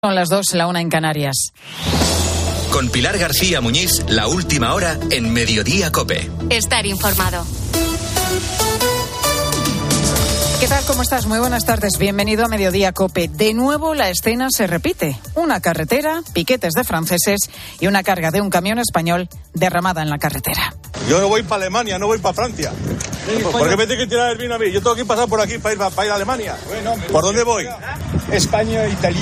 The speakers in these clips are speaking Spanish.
Son las 2, la 1 en Canarias. Con Pilar García Muñiz, la última hora en Mediodía COPE. Estar informado. ¿Qué tal? ¿Cómo estás? Muy buenas tardes. Bienvenido a Mediodía COPE. De nuevo la escena se repite. Una carretera, piquetes de franceses y una carga de un camión español derramada en la carretera. Yo no voy para Alemania, no voy para Francia. ¿Por qué me tiene que tirar el vino a mí? Yo tengo que pasar por aquí para ir a Alemania. ¿Por dónde voy? España, Italia.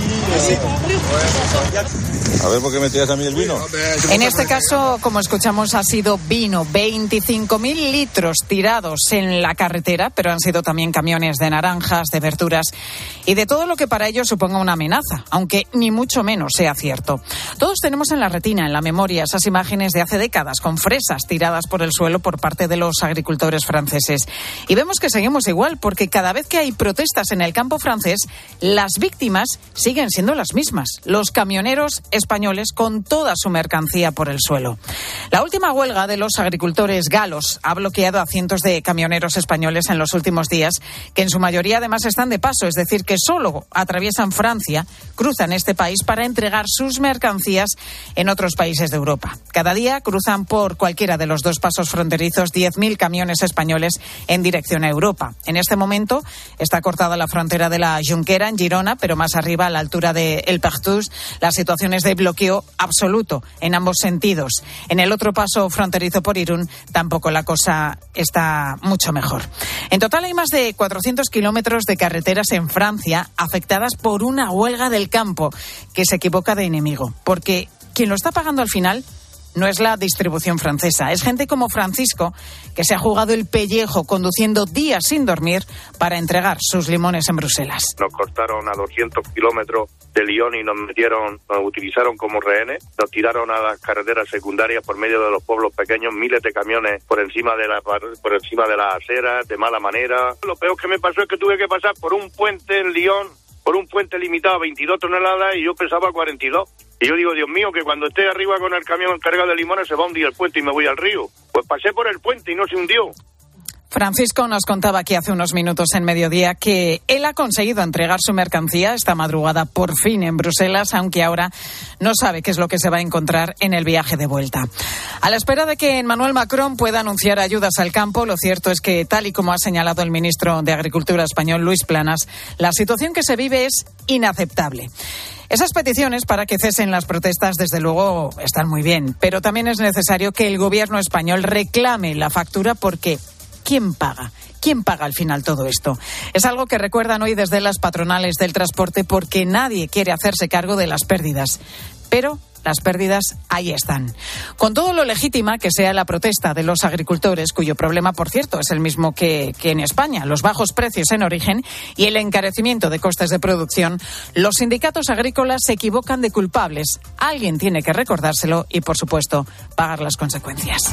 A ver, ¿por qué me tiras a mí el vino? En este caso, como escuchamos, ha sido vino. 25.000 litros tirados en la carretera, pero han sido también camiones de naranjas, de verduras y de todo lo que para ellos suponga una amenaza, aunque ni mucho menos sea cierto. Todos tenemos en la retina, en la memoria, esas imágenes de hace décadas con fresas tiradas por el suelo por parte de los agricultores franceses. Y vemos que seguimos igual, porque cada vez que hay protestas en el campo francés, las víctimas siguen siendo las mismas, los camioneros españoles con toda su mercancía por el suelo. La última huelga de los agricultores galos ha bloqueado a cientos de camioneros españoles en los últimos días, que en su mayoría además están de paso, es decir, que solo atraviesan Francia, cruzan este país para entregar sus mercancías en otros países de Europa. Cada día cruzan por cualquiera de los dos pasos fronterizos 10.000 camiones españoles en dirección a Europa. En este momento está cortada la frontera de la Junquera en Girona, pero más arriba, a la altura de El Pertús, la situación es de bloqueo absoluto en ambos sentidos. En el otro paso fronterizo por Irún tampoco la cosa está mucho mejor. En total hay más de 400 kilómetros de carreteras en Francia afectadas por una huelga del campo que se equivoca de enemigo, porque quien lo está pagando al final no es la distribución francesa, es gente como Francisco, que se ha jugado el pellejo conduciendo días sin dormir para entregar sus limones en Bruselas. Nos cortaron a 200 kilómetros de Lyon y nos utilizaron como rehenes, nos tiraron a las carreteras secundarias por medio de los pueblos pequeños, miles de camiones por encima de las aceras, de mala manera. Lo peor que me pasó es que tuve que pasar por un puente en Lyon, por un puente limitado a 22 toneladas y yo pesaba 42. Y yo digo, Dios mío, que cuando esté arriba con el camión cargado de limones se va a hundir el puente y me voy al río. Pues pasé por el puente y no se hundió. Francisco nos contaba aquí hace unos minutos en Mediodía que él ha conseguido entregar su mercancía esta madrugada por fin en Bruselas, aunque ahora no sabe qué es lo que se va a encontrar en el viaje de vuelta. A la espera de que Emmanuel Macron pueda anunciar ayudas al campo, lo cierto es que, tal y como ha señalado el ministro de Agricultura español, Luis Planas, la situación que se vive es inaceptable. Esas peticiones para que cesen las protestas, desde luego, están muy bien, pero también es necesario que el gobierno español reclame la factura, porque ¿quién paga? ¿Quién paga al final todo esto? Es algo que recuerdan hoy desde las patronales del transporte, porque nadie quiere hacerse cargo de las pérdidas. Pero las pérdidas ahí están. Con todo lo legítima que sea la protesta de los agricultores, cuyo problema, por cierto, es el mismo que en España, los bajos precios en origen y el encarecimiento de costes de producción, los sindicatos agrícolas se equivocan de culpables. Alguien tiene que recordárselo y, por supuesto, pagar las consecuencias.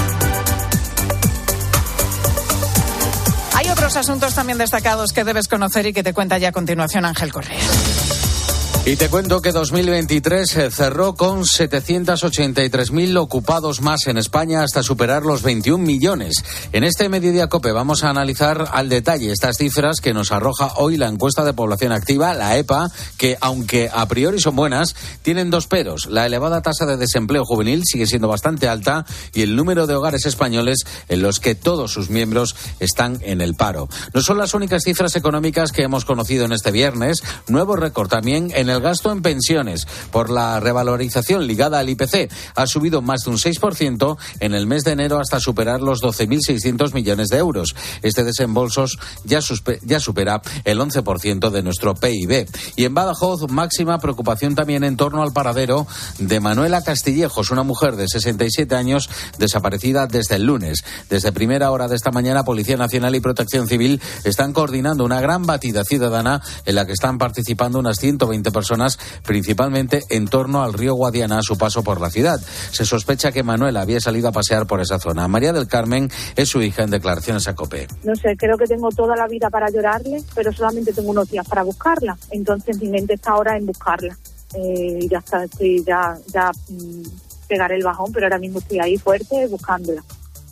Hay otros asuntos también destacados que debes conocer y que te cuenta ya a continuación Ángel Correa. Y te cuento que 2023 cerró con 783.000 ocupados más en España, hasta superar los 21 millones. En este Mediodía COPE vamos a analizar al detalle estas cifras que nos arroja hoy la encuesta de población activa, la EPA, que, aunque a priori son buenas, tienen dos peros. La elevada tasa de desempleo juvenil sigue siendo bastante alta y el número de hogares españoles en los que todos sus miembros están en el paro. No son las únicas cifras económicas que hemos conocido en este viernes. Nuevo récord también en el gasto en pensiones por la revalorización ligada al IPC. Ha subido más de un 6% en el mes de enero hasta superar los 12.600 millones de euros. Este desembolso ya supera el 11% de nuestro PIB. Y en Badajoz, máxima preocupación también en torno al paradero de Manuela Castillejos, una mujer de 67 años desaparecida desde el lunes. Desde primera hora de esta mañana, Policía Nacional y Protección Civil están coordinando una gran batida ciudadana en la que están participando unas 120 personas, principalmente en torno al río Guadiana a su paso por la ciudad. Se sospecha que Manuela había salido a pasear por esa zona. María del Carmen es su hija en declaraciones a COPE. No sé, creo que tengo toda la vida para llorarle, pero solamente tengo unos días para buscarla. Entonces mi mente está ahora en buscarla. Ya está, pegaré el bajón, pero ahora mismo estoy ahí fuerte buscándola.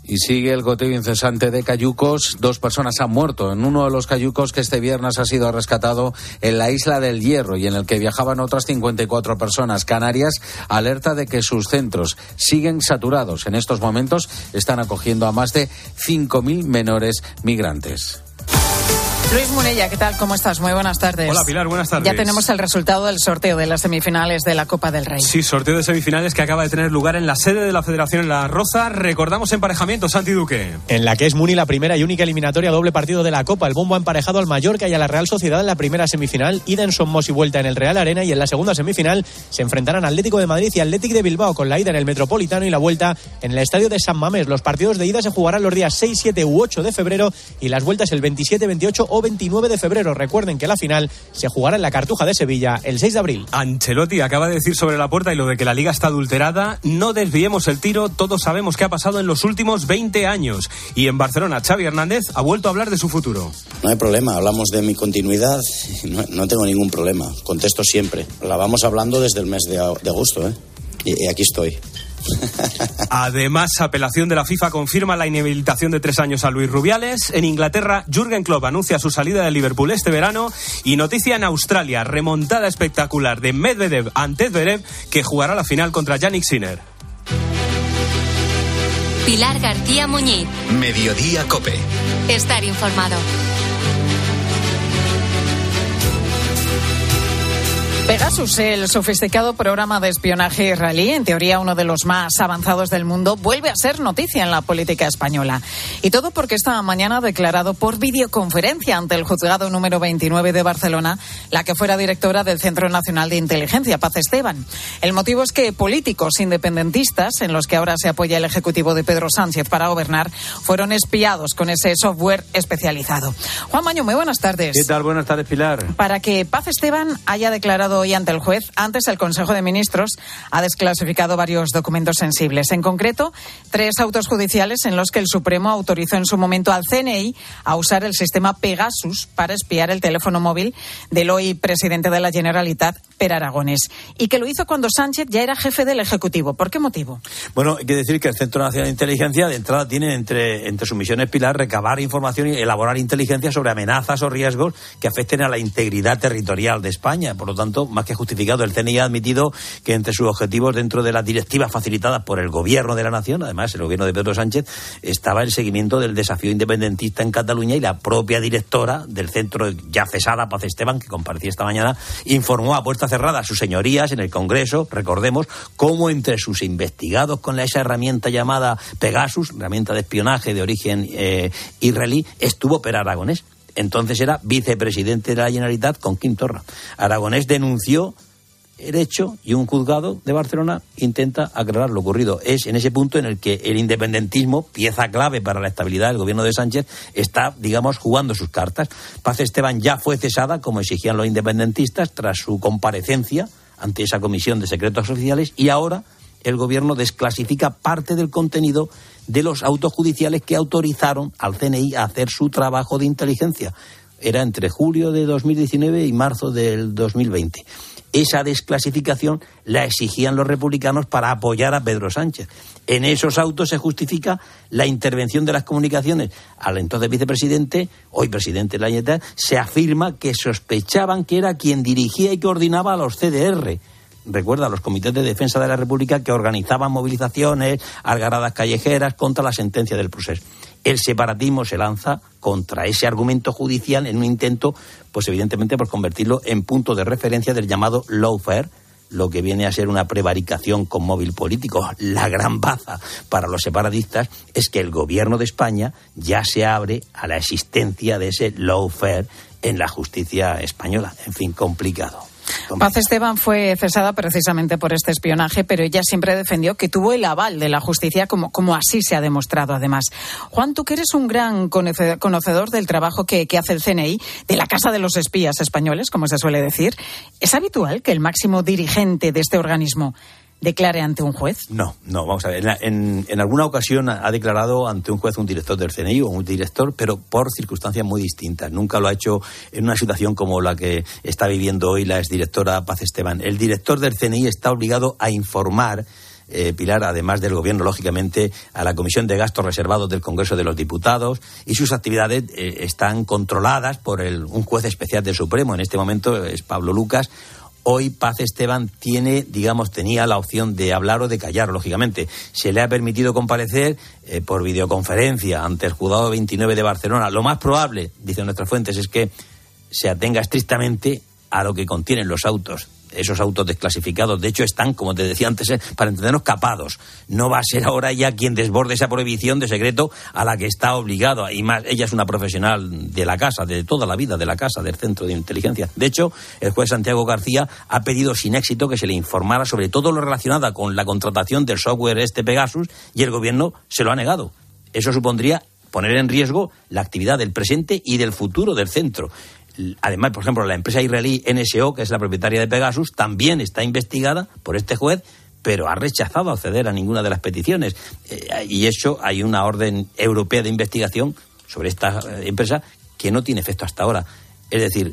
Y sigue el goteo incesante de cayucos. 2 personas han muerto en uno de los cayucos que este viernes ha sido rescatado en la isla del Hierro y en el que viajaban otras 54 personas. Canarias alerta de que sus centros siguen saturados. En estos momentos están acogiendo a más de 5.000 menores migrantes. Luis Munella, ¿qué tal? ¿Cómo estás? Muy buenas tardes. Hola, Pilar, buenas tardes. Ya tenemos el resultado del sorteo de las semifinales de la Copa del Rey. Sí, sorteo de semifinales que acaba de tener lugar en la sede de la Federación en La Roza. Recordamos emparejamiento, Santi Duque. En la que es Muni la primera y única eliminatoria doble partido de la Copa. El Bombo ha emparejado al Mallorca y a la Real Sociedad en la primera semifinal. Ida en Somos y vuelta en el Real Arena, y en la segunda semifinal se enfrentarán Atlético de Madrid y Athletic de Bilbao, con la ida en el Metropolitano y la vuelta en el Estadio de San Mamés. Los partidos de ida se jugarán los días 6, 7 u 8 de febrero y las vueltas el 27, 28 o 29 de febrero. Recuerden que la final se jugará en la Cartuja de Sevilla el 6 de abril. Ancelotti acaba de decir sobre Laporta y lo de que la Liga está adulterada. No desviemos el tiro, todos sabemos qué ha pasado en los últimos 20 años. Y en Barcelona, Xavi Hernández ha vuelto a hablar de su futuro. No hay problema, hablamos de mi continuidad, no tengo ningún problema, contesto siempre. La vamos hablando desde el mes de agosto, y aquí estoy. Además, apelación de la FIFA confirma la inhabilitación de 3 años a Luis Rubiales. En Inglaterra, Jürgen Klopp anuncia su salida de Liverpool este verano. Y noticia en Australia, remontada espectacular de Medvedev ante Zverev, que jugará la final contra Jannik Sinner. Pilar García Muñiz. Mediodía COPE. Estar informado. Pegasus, el sofisticado programa de espionaje israelí, en teoría uno de los más avanzados del mundo, vuelve a ser noticia en la política española. Y todo porque esta mañana ha declarado por videoconferencia ante el juzgado número 29 de Barcelona la que fuera directora del Centro Nacional de Inteligencia, Paz Esteban. El motivo es que políticos independentistas, en los que ahora se apoya el ejecutivo de Pedro Sánchez para gobernar, fueron espiados con ese software especializado. Juan Maño, muy buenas tardes. ¿Qué tal? Buenas tardes, Pilar. Para que Paz Esteban haya declarado hoy ante el juez, antes el Consejo de Ministros ha desclasificado varios documentos sensibles. En concreto, 3 autos judiciales en los que el Supremo autorizó en su momento al CNI a usar el sistema Pegasus para espiar el teléfono móvil del hoy presidente de la Generalitat, Pere Aragonés, y que lo hizo cuando Sánchez ya era jefe del Ejecutivo. ¿Por qué motivo? Bueno, hay que decir que el Centro Nacional de Inteligencia, de entrada, tiene entre sus misiones, Pilar, recabar información y elaborar inteligencia sobre amenazas o riesgos que afecten a la integridad territorial de España. Por lo tanto, más que justificado, el CNI ha admitido que entre sus objetivos, dentro de las directivas facilitadas por el Gobierno de la Nación, además el Gobierno de Pedro Sánchez, estaba el seguimiento del desafío independentista en Cataluña, y la propia directora del centro, ya cesada, Paz Esteban, que comparecía esta mañana, informó a puerta cerrada a sus señorías en el Congreso, recordemos, cómo entre sus investigados con esa herramienta llamada Pegasus, herramienta de espionaje de origen israelí, estuvo Pere Aragonés. Entonces era vicepresidente de la Generalitat con Quim Torra. Aragonés denunció el hecho y un juzgado de Barcelona intenta aclarar lo ocurrido. Es en ese punto en el que el independentismo, pieza clave para la estabilidad del gobierno de Sánchez, está, digamos, jugando sus cartas. Paz Esteban ya fue cesada, como exigían los independentistas, tras su comparecencia ante esa comisión de secretos oficiales, y ahora el gobierno desclasifica parte del contenido de los autos judiciales que autorizaron al CNI a hacer su trabajo de inteligencia. Era entre julio de 2019 y marzo del 2020. Esa desclasificación la exigían los republicanos para apoyar a Pedro Sánchez. En esos autos se justifica la intervención de las comunicaciones al entonces vicepresidente, hoy presidente de la Generalitat. Se afirma que sospechaban que era quien dirigía y coordinaba a los CDR. Recuerda, los comités de defensa de la República, que organizaban movilizaciones, algaradas callejeras contra la sentencia del Procés. El separatismo se lanza contra ese argumento judicial en un intento, pues evidentemente, por convertirlo en punto de referencia del llamado lawfare, lo que viene a ser una prevaricación con móvil político. La gran baza para los separatistas es que el gobierno de España ya se abre a la existencia de ese lawfare en la justicia española. En fin, complicado. Paz Esteban fue cesada precisamente por este espionaje, pero ella siempre defendió que tuvo el aval de la justicia, como así se ha demostrado además. Juan, tú que eres un gran conocedor del trabajo que hace el CNI, de la Casa de los Espías Españoles, como se suele decir, ¿es habitual que el máximo dirigente de este organismo declare ante un juez? No, vamos a ver. En alguna ocasión ha declarado ante un juez un director del CNI o un director, pero por circunstancias muy distintas. Nunca lo ha hecho en una situación como la que está viviendo hoy la exdirectora Paz Esteban. El director del CNI está obligado a informar Pilar, además del Gobierno, lógicamente, a la Comisión de Gastos Reservados del Congreso de los Diputados, y sus actividades están controladas por un juez especial del Supremo. En este momento es Pablo Lucas. Hoy Paz Esteban tenía la opción de hablar o de callar, lógicamente. Se le ha permitido comparecer por videoconferencia ante el juzgado 29 de Barcelona. Lo más probable, dicen nuestras fuentes, es que se atenga estrictamente a lo que contienen los autos. Esos autos desclasificados, de hecho, están, como te decía antes, para entendernos, capados. No va a ser ahora ya quien desborde esa prohibición de secreto a la que está obligado. Y más, ella es una profesional de la casa, de toda la vida de la casa, del Centro de Inteligencia. De hecho, el juez Santiago García ha pedido sin éxito que se le informara sobre todo lo relacionado con la contratación del software Pegasus, y el Gobierno se lo ha negado. Eso supondría poner en riesgo la actividad del presente y del futuro del centro. Además, por ejemplo, la empresa israelí NSO, que es la propietaria de Pegasus, también está investigada por este juez, pero ha rechazado acceder a ninguna de las peticiones. Y eso, hay una orden europea de investigación sobre esta empresa que no tiene efecto hasta ahora. Es decir,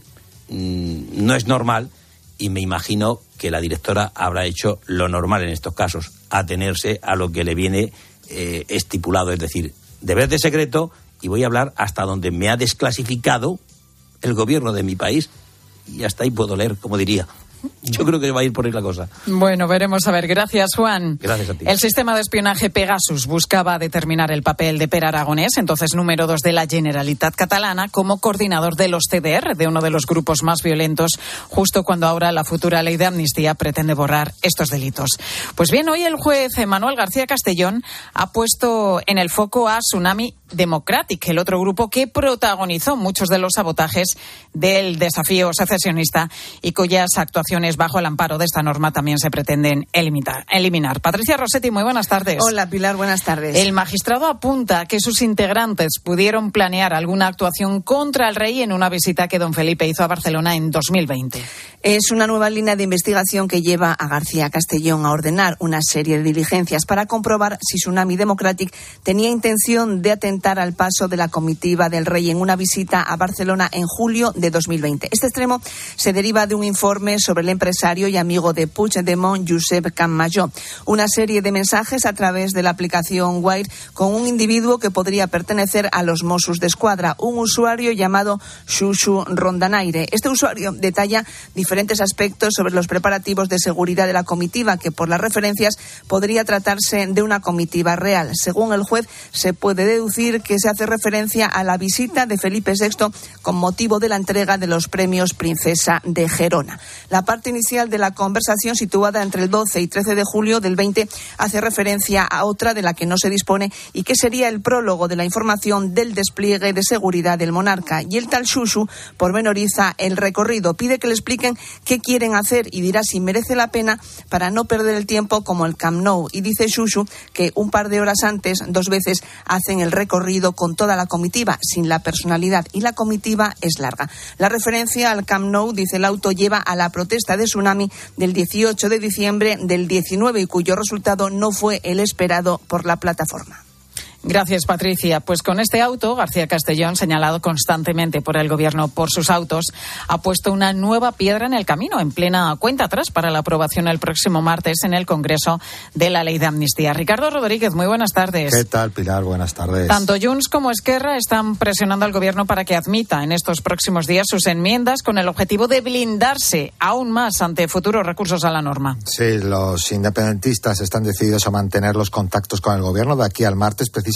no es normal, y me imagino que la directora habrá hecho lo normal en estos casos, atenerse a lo que le viene estipulado, es decir, deber de secreto, y voy a hablar hasta donde me ha desclasificado el Gobierno de mi país, y hasta ahí puedo leer, como diría. Yo creo que va a ir por ahí la cosa. Bueno, veremos a ver. Gracias, Juan. Gracias a ti. El sistema de espionaje Pegasus buscaba determinar el papel de Pere Aragonès, entonces número 2 de la Generalitat catalana, como coordinador de los CDR, de uno de los grupos más violentos, justo cuando ahora la futura ley de amnistía pretende borrar estos delitos. Pues bien, hoy el juez Manuel García Castellón ha puesto en el foco a Tsunami Democratic, el otro grupo que protagonizó muchos de los sabotajes del desafío secesionista y cuyas actuaciones bajo el amparo de esta norma también se pretenden eliminar. Patricia Rossetti, muy buenas tardes. Hola, Pilar, buenas tardes. El magistrado apunta que sus integrantes pudieron planear alguna actuación contra el rey en una visita que don Felipe hizo a Barcelona en 2020. Es una nueva línea de investigación que lleva a García Castellón a ordenar una serie de diligencias para comprobar si Tsunami Democratic tenía intención de atentar al paso de la comitiva del rey en una visita a Barcelona en julio de 2020. Este extremo se deriva de un informe sobre el empresario y amigo de Puigdemont, Josep Campmajó. Una serie de mensajes a través de la aplicación Wire con un individuo que podría pertenecer a los Mossos d'Esquadra, un usuario llamado Xuxu Rondanaire. Este usuario detalla diferentes aspectos sobre los preparativos de seguridad de la comitiva, que por las referencias podría tratarse de una comitiva real. Según el juez, se puede deducir que se hace referencia a la visita de Felipe VI con motivo de la entrega de los premios Princesa de Gerona. La parte inicial de la conversación, situada entre el 12 y 13 de julio del 20, hace referencia a otra de la que no se dispone y que sería el prólogo de la información del despliegue de seguridad del monarca. Y el tal Xuxu pormenoriza el recorrido, pide que le expliquen qué quieren hacer y dirá si merece la pena para no perder el tiempo como el Camp Nou. Y dice Xuxu que un par de horas antes, 2 veces, hacen el recorrido con toda la comitiva, sin la personalidad, y la comitiva es larga. La referencia al Camp Nou, dice el auto, lleva a la protesta de Tsunami del 18 de diciembre del 19 y cuyo resultado no fue el esperado por la plataforma. Gracias, Patricia. Pues con este auto, García Castellón, señalado constantemente por el Gobierno por sus autos, ha puesto una nueva piedra en el camino, en plena cuenta atrás para la aprobación el próximo martes en el Congreso de la Ley de Amnistía. Ricardo Rodríguez, muy buenas tardes. ¿Qué tal, Pilar? Buenas tardes. Tanto Junts como Esquerra están presionando al Gobierno para que admita en estos próximos días sus enmiendas con el objetivo de blindarse aún más ante futuros recursos a la norma. Sí, los independentistas están decididos a mantener los contactos con el Gobierno de aquí al martes, precisamente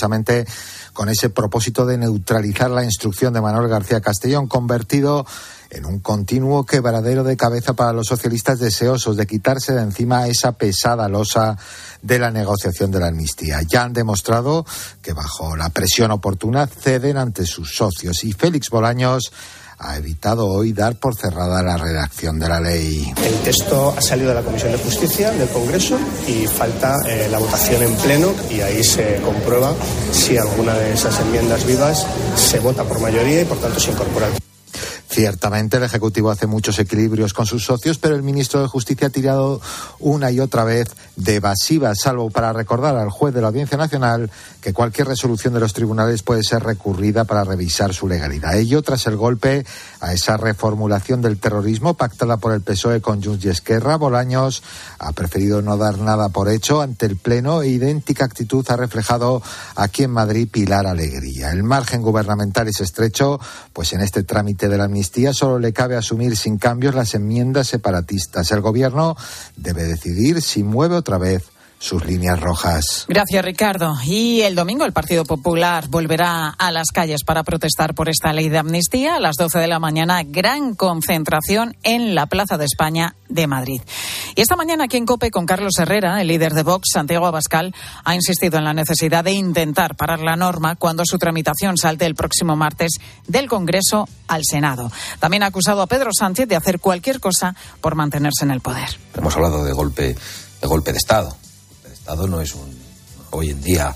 con ese propósito de neutralizar la instrucción de Manuel García Castellón, convertido en un continuo quebradero de cabeza para los socialistas deseosos de quitarse de encima esa pesada losa de la negociación de la amnistía. Ya han demostrado que bajo la presión oportuna ceden ante sus socios, y Félix Bolaños ha evitado hoy dar por cerrada la redacción de la ley. El texto ha salido de la Comisión de Justicia del Congreso y falta la votación en pleno, y ahí se comprueba si alguna de esas enmiendas vivas se vota por mayoría y por tanto se incorpora. Ciertamente el Ejecutivo hace muchos equilibrios con sus socios, pero el ministro de Justicia ha tirado una y otra vez de evasiva, salvo para recordar al juez de la Audiencia Nacional que cualquier resolución de los tribunales puede ser recurrida para revisar su legalidad. Ello tras el golpe a esa reformulación del terrorismo pactada por el PSOE con Junts y Esquerra. Bolaños ha preferido no dar nada por hecho ante el Pleno e idéntica actitud ha reflejado aquí en Madrid Pilar Alegría. El margen gubernamental es estrecho, pues en este trámite de la amnistía solo le cabe asumir sin cambios las enmiendas separatistas. El Gobierno debe decidir si mueve otra vez sus líneas rojas. Gracias, Ricardo. Y el domingo el Partido Popular volverá a las calles para protestar por esta ley de amnistía. A las 12 de la mañana, gran concentración en la Plaza de España de Madrid. Y esta mañana aquí en COPE con Carlos Herrera, el líder de Vox, Santiago Abascal, ha insistido en la necesidad de intentar parar la norma cuando su tramitación salte el próximo martes del Congreso al Senado. También ha acusado a Pedro Sánchez de hacer cualquier cosa por mantenerse en el poder. Hemos hablado de golpe de Estado. Estado no es hoy en día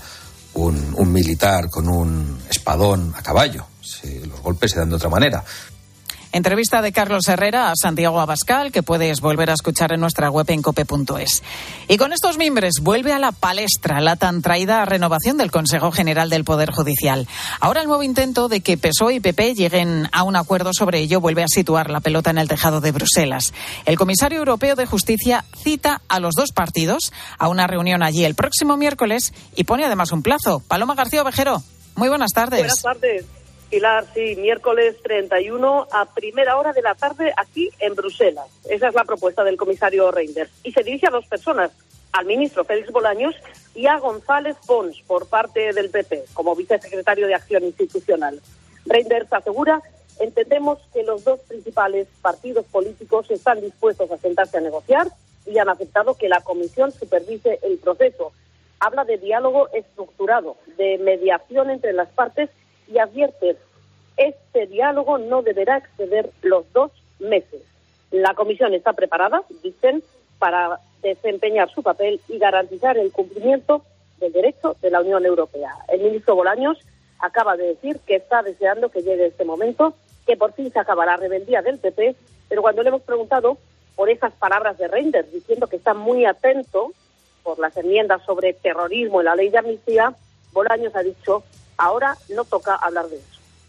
un militar con un espadón a caballo. Los golpes se dan de otra manera. Entrevista de Carlos Herrera a Santiago Abascal, que puedes volver a escuchar en nuestra web en cope.es. Y con estos mimbres vuelve a la palestra la tan traída renovación del Consejo General del Poder Judicial. Ahora el nuevo intento de que PSOE y PP lleguen a un acuerdo sobre ello vuelve a situar la pelota en el tejado de Bruselas. El comisario europeo de Justicia cita a los dos partidos a una reunión allí el próximo miércoles y pone además un plazo. Paloma García Ovejero, muy buenas tardes. Buenas tardes. Pilar, sí, miércoles 31 a primera hora de la tarde aquí en Bruselas. Esa es la propuesta del comisario Reinders. Y se dirige a dos personas, al ministro Félix Bolaños y a González Pons, por parte del PP, como vicesecretario de Acción Institucional. Reinders asegura: entendemos que los dos principales partidos políticos están dispuestos a sentarse a negociar y han aceptado que la comisión supervise el proceso. Habla de diálogo estructurado, de mediación entre las partes y advierte: este diálogo no deberá exceder los 2 meses. La comisión está preparada, dicen, para desempeñar su papel y garantizar el cumplimiento del derecho de la Unión Europea. El ministro Bolaños acaba de decir que está deseando que llegue este momento, que por fin se acaba la rebeldía del PP, pero cuando le hemos preguntado por esas palabras de Reinders, diciendo que está muy atento por las enmiendas sobre terrorismo en la ley de amnistía, Bolaños ha dicho: ahora no toca hablar de eso.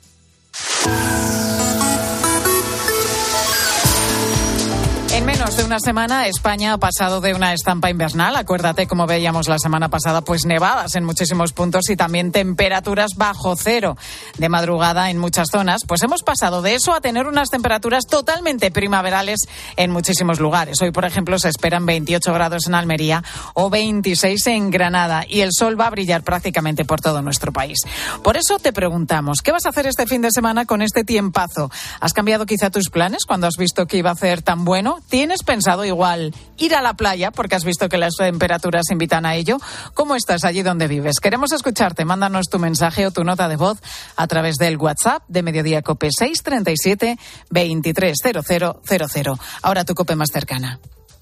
En menos de una semana, España ha pasado de una estampa invernal, acuérdate como veíamos la semana pasada, pues nevadas en muchísimos puntos y también temperaturas bajo cero de madrugada en muchas zonas. Pues hemos pasado de eso a tener unas temperaturas totalmente primaverales en muchísimos lugares. Hoy, por ejemplo, se esperan 28 grados en Almería o 26 en Granada y el sol va a brillar prácticamente por todo nuestro país. Por eso te preguntamos, ¿qué vas a hacer este fin de semana con este tiempazo? ¿Has cambiado quizá tus planes cuando has visto que iba a ser tan bueno? ¿Tienes pensado igual ir a la playa porque has visto que las temperaturas invitan a ello? ¿Cómo estás allí donde vives? Queremos escucharte. Mándanos tu mensaje o tu nota de voz a través del WhatsApp de Mediodía Cope 637 230000. Ahora tu Cope más cercana.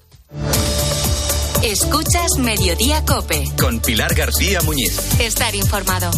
Escuchas Mediodía Cope. Con Pilar García Muñiz. Estar informado.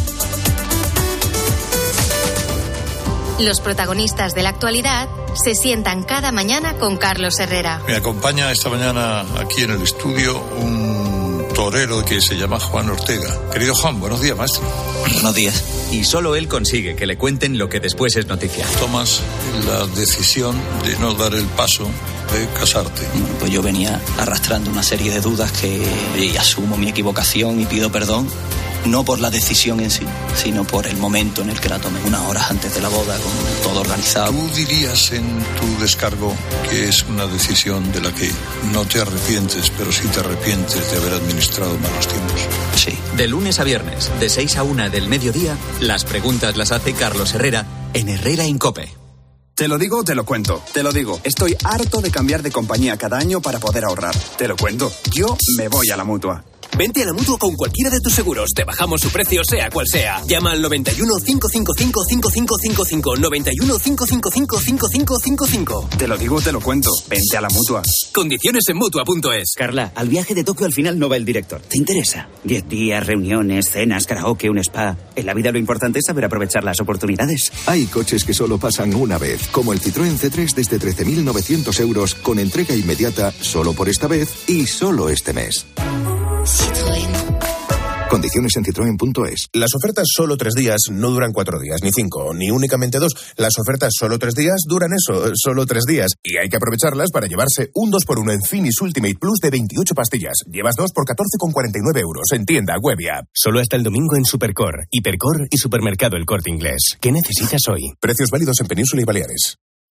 Los protagonistas de la actualidad se sientan cada mañana con Carlos Herrera. Me acompaña esta mañana aquí en el estudio un torero que se llama Juan Ortega. Querido Juan, buenos días, maestro. Buenos días. Y solo él consigue que le cuenten lo que después es noticia. Tomas la decisión de no dar el paso de casarte. Pues yo venía arrastrando una serie de dudas y asumo mi equivocación y pido perdón. No por la decisión en sí, sino por el momento en el que la tomé, unas horas antes de la boda, con todo organizado. ¿Tú dirías en tu descargo que es una decisión de la que no te arrepientes, pero sí te arrepientes de haber administrado malos tiempos? Sí. De lunes a viernes, de 6 a 1 del mediodía, las preguntas las hace Carlos Herrera en Herrera en COPE. Te lo digo, te lo cuento. Te lo digo, estoy harto de cambiar de compañía cada año para poder ahorrar. Te lo cuento, yo me voy a la Mutua. Vente a la Mutua con cualquiera de tus seguros. Te bajamos su precio, sea cual sea. Llama al 91 555 5555. 91 555 5555. Te lo digo, te lo cuento. Vente a la Mutua. Condiciones en Mutua.es. Carla, al viaje de Tokio al final no va el director. ¿Te interesa? 10 días, reuniones, cenas, karaoke, un spa. En la vida lo importante es saber aprovechar las oportunidades. Hay coches que solo pasan una vez, como el Citroën C3 desde 13.900 euros, con entrega inmediata solo por esta vez y solo este mes. Citroën. Condiciones en citroen.es. Las ofertas solo 3 días no duran 4 días, ni 5, ni únicamente 2. Las ofertas solo 3 días duran eso, solo 3 días. Y hay que aprovecharlas para llevarse un 2x1 en Finish Ultimate Plus de 28 pastillas. Llevas 2 por 14,49 euros en tienda, web y app. Solo hasta el domingo en Supercor, Hipercor y Supermercado El Corte Inglés. ¿Qué necesitas hoy? Precios válidos en Península y Baleares.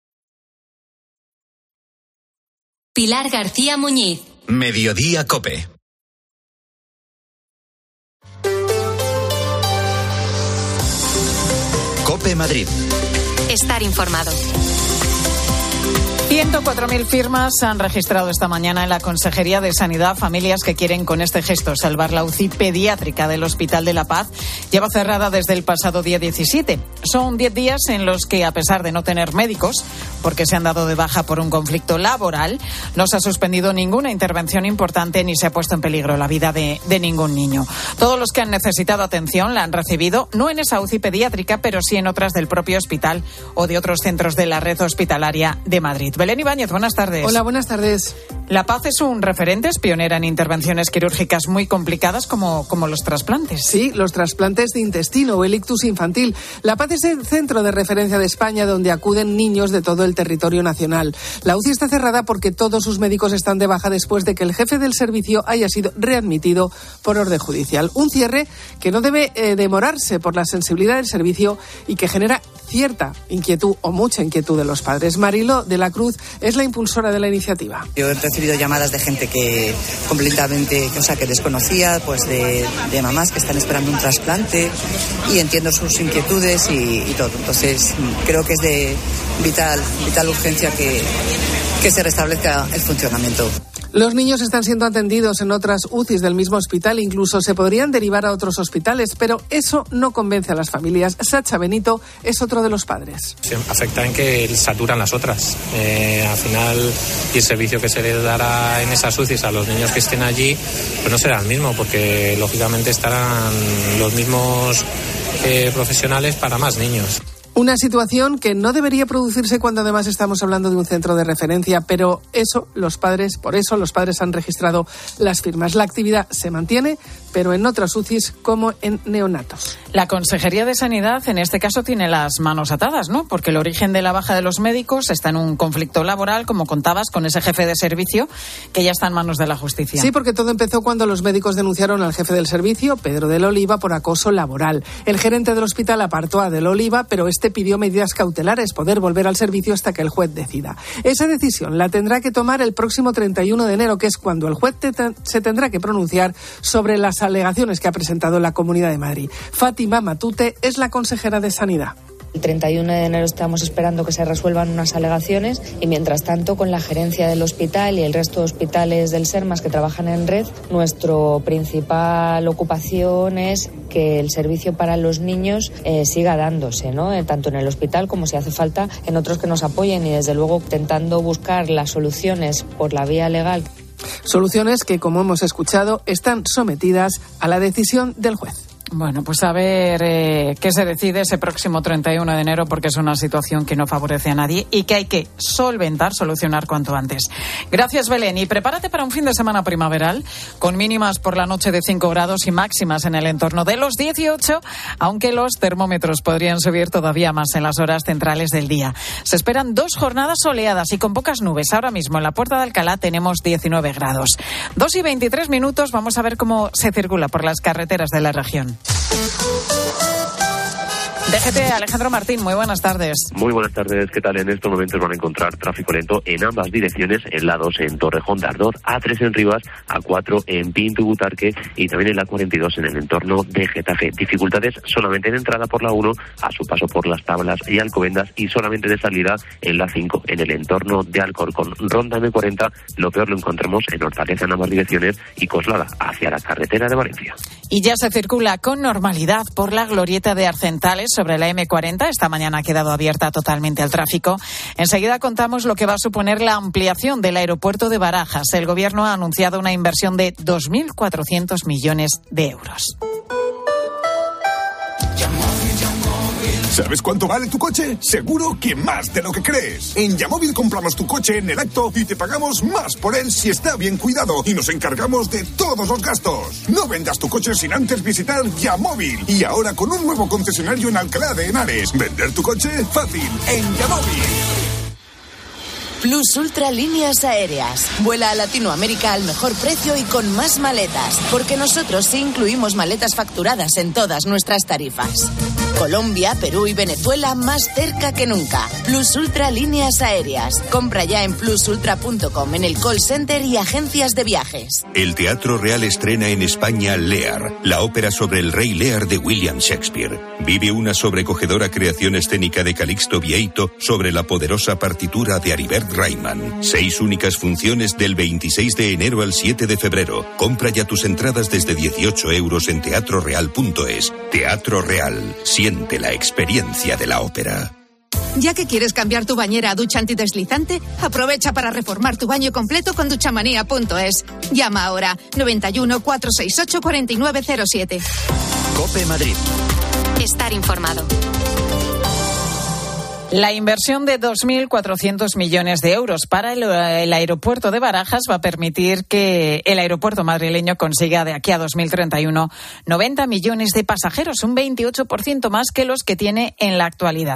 Pilar García Muñiz. Mediodía COPE. COPE Madrid. Estar informado. 104.000 firmas han registrado esta mañana en la Consejería de Sanidad familias que quieren con este gesto salvar la UCI pediátrica del Hospital de la Paz. Lleva cerrada desde el pasado día 17. Son 10 días en los que, a pesar de no tener médicos, porque se han dado de baja por un conflicto laboral, no se ha suspendido ninguna intervención importante ni se ha puesto en peligro la vida de ningún niño. Todos los que han necesitado atención la han recibido, no en esa UCI pediátrica, pero sí en otras del propio hospital o de otros centros de la red hospitalaria de Madrid. Belén Ibáñez, buenas tardes. Hola, buenas tardes. La Paz es un referente, es pionera en intervenciones quirúrgicas muy complicadas como los trasplantes. Sí, los trasplantes de intestino o el ictus infantil. La Paz es el centro de referencia de España donde acuden niños de todo el territorio nacional. La UCI está cerrada porque todos sus médicos están de baja después de que el jefe del servicio haya sido readmitido por orden judicial. Un cierre que no debe demorarse por la sensibilidad del servicio y que genera cierta inquietud o mucha inquietud de los padres. Marilo de la Cruz es la impulsora de la iniciativa. Yo he recibido llamadas de gente que completamente, que desconocía, pues de mamás que están esperando un trasplante y entiendo sus inquietudes y todo. Entonces creo que es de vital urgencia que se restablezca el funcionamiento. Los niños están siendo atendidos en otras UCIs del mismo hospital, incluso se podrían derivar a otros hospitales, pero eso no convence a las familias. Sacha Benito es otro de los padres. Se afecta en que saturan las otras. Al final, y el servicio que se les dará en esas UCIs a los niños que estén allí, pues no será el mismo, porque lógicamente estarán los mismos profesionales para más niños. Una situación que no debería producirse cuando además estamos hablando de un centro de referencia, pero por eso los padres han registrado las firmas. La actividad se mantiene, pero en otras UCIs como en neonatos. La Consejería de Sanidad en este caso tiene las manos atadas, ¿no? Porque el origen de la baja de los médicos está en un conflicto laboral, como contabas, con ese jefe de servicio que ya está en manos de la justicia. Sí, porque todo empezó cuando los médicos denunciaron al jefe del servicio, Pedro del Oliva, por acoso laboral. El gerente del hospital apartó a del Oliva, pero pidió medidas cautelares, poder volver al servicio hasta que el juez decida. Esa decisión la tendrá que tomar el próximo 31 de enero, que es cuando el juez se tendrá que pronunciar sobre las alegaciones que ha presentado la Comunidad de Madrid. Fátima Matute es la consejera de Sanidad. El 31 de enero estamos esperando que se resuelvan unas alegaciones y mientras tanto con la gerencia del hospital y el resto de hospitales del SERMAS que trabajan en red, nuestra principal ocupación es que el servicio para los niños siga dándose, ¿no? Tanto en el hospital como si hace falta en otros que nos apoyen y desde luego intentando buscar las soluciones por la vía legal. Soluciones que, como hemos escuchado, están sometidas a la decisión del juez. Bueno, pues a ver qué se decide ese próximo 31 de enero, porque es una situación que no favorece a nadie y que hay que solucionar cuanto antes. Gracias, Belén. Y prepárate para un fin de semana primaveral, con mínimas por la noche de 5 grados y máximas en el entorno de los 18, aunque los termómetros podrían subir todavía más en las horas centrales del día. Se esperan 2 jornadas soleadas y con pocas nubes. Ahora mismo en la Puerta de Alcalá tenemos 19 grados. 2:23, vamos a ver cómo se circula por las carreteras de la región. DGT, Alejandro Martín, muy buenas tardes. Muy buenas tardes, ¿qué tal? En estos momentos van a encontrar tráfico lento en ambas direcciones, en la 2 en Torrejón de Ardoz, A3 en Rivas, A4 en Pinto Butarque y también en la 42 en el entorno de Getafe. Dificultades solamente en entrada por la 1, a su paso por Las Tablas y Alcobendas, y solamente de salida en la 5 en el entorno de Alcorcón. Ronda M40, lo peor lo encontramos en Hortaleza en ambas direcciones y Coslada hacia la carretera de Valencia. Y ya se circula con normalidad por la glorieta de Arcentales sobre la M40. Esta mañana ha quedado abierta totalmente al tráfico. Enseguida contamos lo que va a suponer la ampliación del aeropuerto de Barajas. El Gobierno ha anunciado una inversión de 2.400 millones de euros. ¿Sabes cuánto vale tu coche? Seguro que más de lo que crees. En Yamóvil compramos tu coche en el acto y te pagamos más por él si está bien cuidado y nos encargamos de todos los gastos. No vendas tu coche sin antes visitar Yamóvil. Y ahora con un nuevo concesionario en Alcalá de Henares. Vender tu coche fácil en Yamóvil. Plus Ultra Líneas Aéreas. Vuela a Latinoamérica al mejor precio y con más maletas, porque nosotros sí incluimos maletas facturadas en todas nuestras tarifas. Colombia, Perú y Venezuela más cerca que nunca. Plus Ultra Líneas Aéreas. Compra ya en plusultra.com, en el call center y agencias de viajes. El Teatro Real estrena en España Lear, la ópera sobre el rey Lear de William Shakespeare. Vive una sobrecogedora creación escénica de Calixto Vieito sobre la poderosa partitura de Aribert Rayman. 6 únicas funciones del 26 de enero al 7 de febrero. Compra ya tus entradas desde 18 euros en teatroreal.es. Teatro Real. Siente la experiencia de la ópera. Ya que quieres cambiar tu bañera a ducha antideslizante, aprovecha para reformar tu baño completo con duchamanía.es. Llama ahora 91 468 4907. COPE Madrid. Estar informado. La inversión de 2.400 millones de euros para el aeropuerto de Barajas va a permitir que el aeropuerto madrileño consiga de aquí a 2031 90 millones de pasajeros, un 28% más que los que tiene en la actualidad.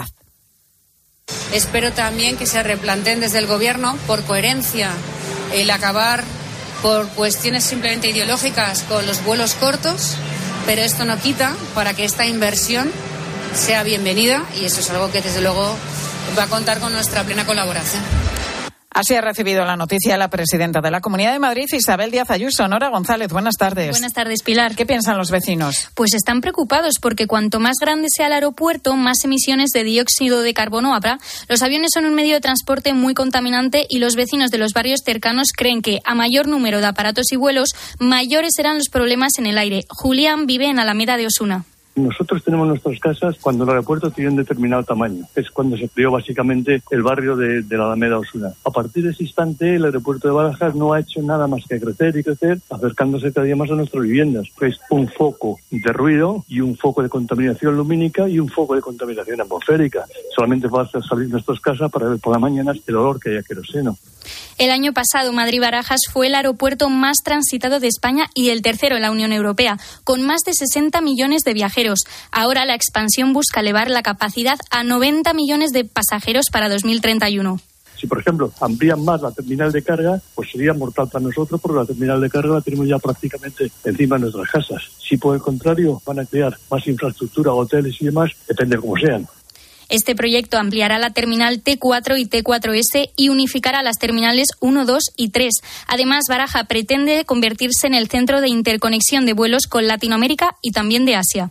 Espero también que se replanteen desde el Gobierno, por coherencia, el acabar por cuestiones simplemente ideológicas con los vuelos cortos, pero esto no quita para que esta inversión sea bienvenida, y eso es algo que desde luego va a contar con nuestra plena colaboración. Así ha recibido la noticia la presidenta de la Comunidad de Madrid, Isabel Díaz Ayuso. Nora González, buenas tardes. Buenas tardes, Pilar. ¿Qué piensan los vecinos? Pues están preocupados porque cuanto más grande sea el aeropuerto, más emisiones de dióxido de carbono habrá. Los aviones son un medio de transporte muy contaminante y los vecinos de los barrios cercanos creen que a mayor número de aparatos y vuelos, mayores serán los problemas en el aire. Julián vive en Alameda de Osuna. Nosotros tenemos nuestras casas cuando el aeropuerto tiene un determinado tamaño. Es cuando se creó básicamente el barrio de la Alameda Osuna. A partir de ese instante, el aeropuerto de Barajas no ha hecho nada más que crecer y crecer, acercándose cada día más a nuestras viviendas. Es un foco de ruido y un foco de contaminación lumínica y un foco de contaminación atmosférica. Solamente basta salir de nuestras casas para ver por la mañana el olor que hay a queroseno. El año pasado, Madrid-Barajas fue el aeropuerto más transitado de España y el tercero en la Unión Europea, con más de 60 millones de viajeros. Ahora la expansión busca elevar la capacidad a 90 millones de pasajeros para 2031. Si, por ejemplo, amplían más la terminal de carga, pues sería mortal para nosotros, porque la terminal de carga la tenemos ya prácticamente encima de nuestras casas. Si, por el contrario, van a crear más infraestructura, hoteles y demás, depende de cómo sean. Este proyecto ampliará la terminal T4 y T4S y unificará las terminales 1, 2 y 3. Además, Baraja pretende convertirse en el centro de interconexión de vuelos con Latinoamérica y también de Asia.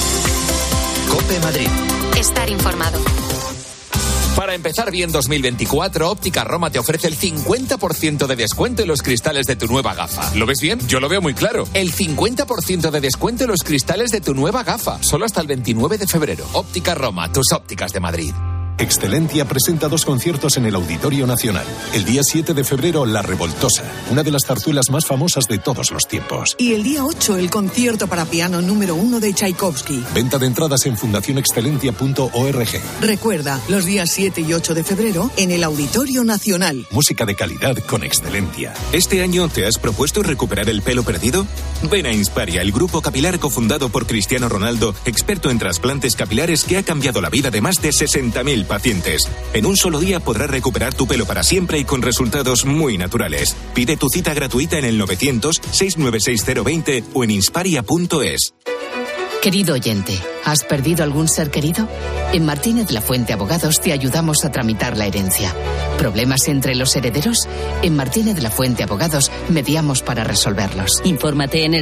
COPE Madrid. Estar informado. Para empezar bien 2024, Óptica Roma te ofrece el 50% de descuento en los cristales de tu nueva gafa. ¿Lo ves bien? Yo lo veo muy claro. El 50% de descuento en los cristales de tu nueva gafa. Solo hasta el 29 de febrero. Óptica Roma, tus ópticas de Madrid. Excelentia presenta 2 conciertos en el Auditorio Nacional. El día 7 de febrero, La Revoltosa, una de las zarzuelas más famosas de todos los tiempos. Y el día 8, el concierto para piano número 1 de Tchaikovsky. Venta de entradas en fundacionexcelentia.org. Recuerda, los días 7 y 8 de febrero, en el Auditorio Nacional. Música de calidad con Excelentia. ¿Este año te has propuesto recuperar el pelo perdido? Ven a Insparia, el grupo capilar cofundado por Cristiano Ronaldo, experto en trasplantes capilares que ha cambiado la vida de más de 60.000 pacientes. En un solo día podrás recuperar tu pelo para siempre y con resultados muy naturales. Pide tu cita gratuita en el 900-696-020 o en insparia.es. Querido oyente, ¿has perdido algún ser querido? En Martínez La Fuente Abogados te ayudamos a tramitar la herencia. ¿Problemas entre los herederos? En Martínez La Fuente Abogados mediamos para resolverlos. Infórmate en el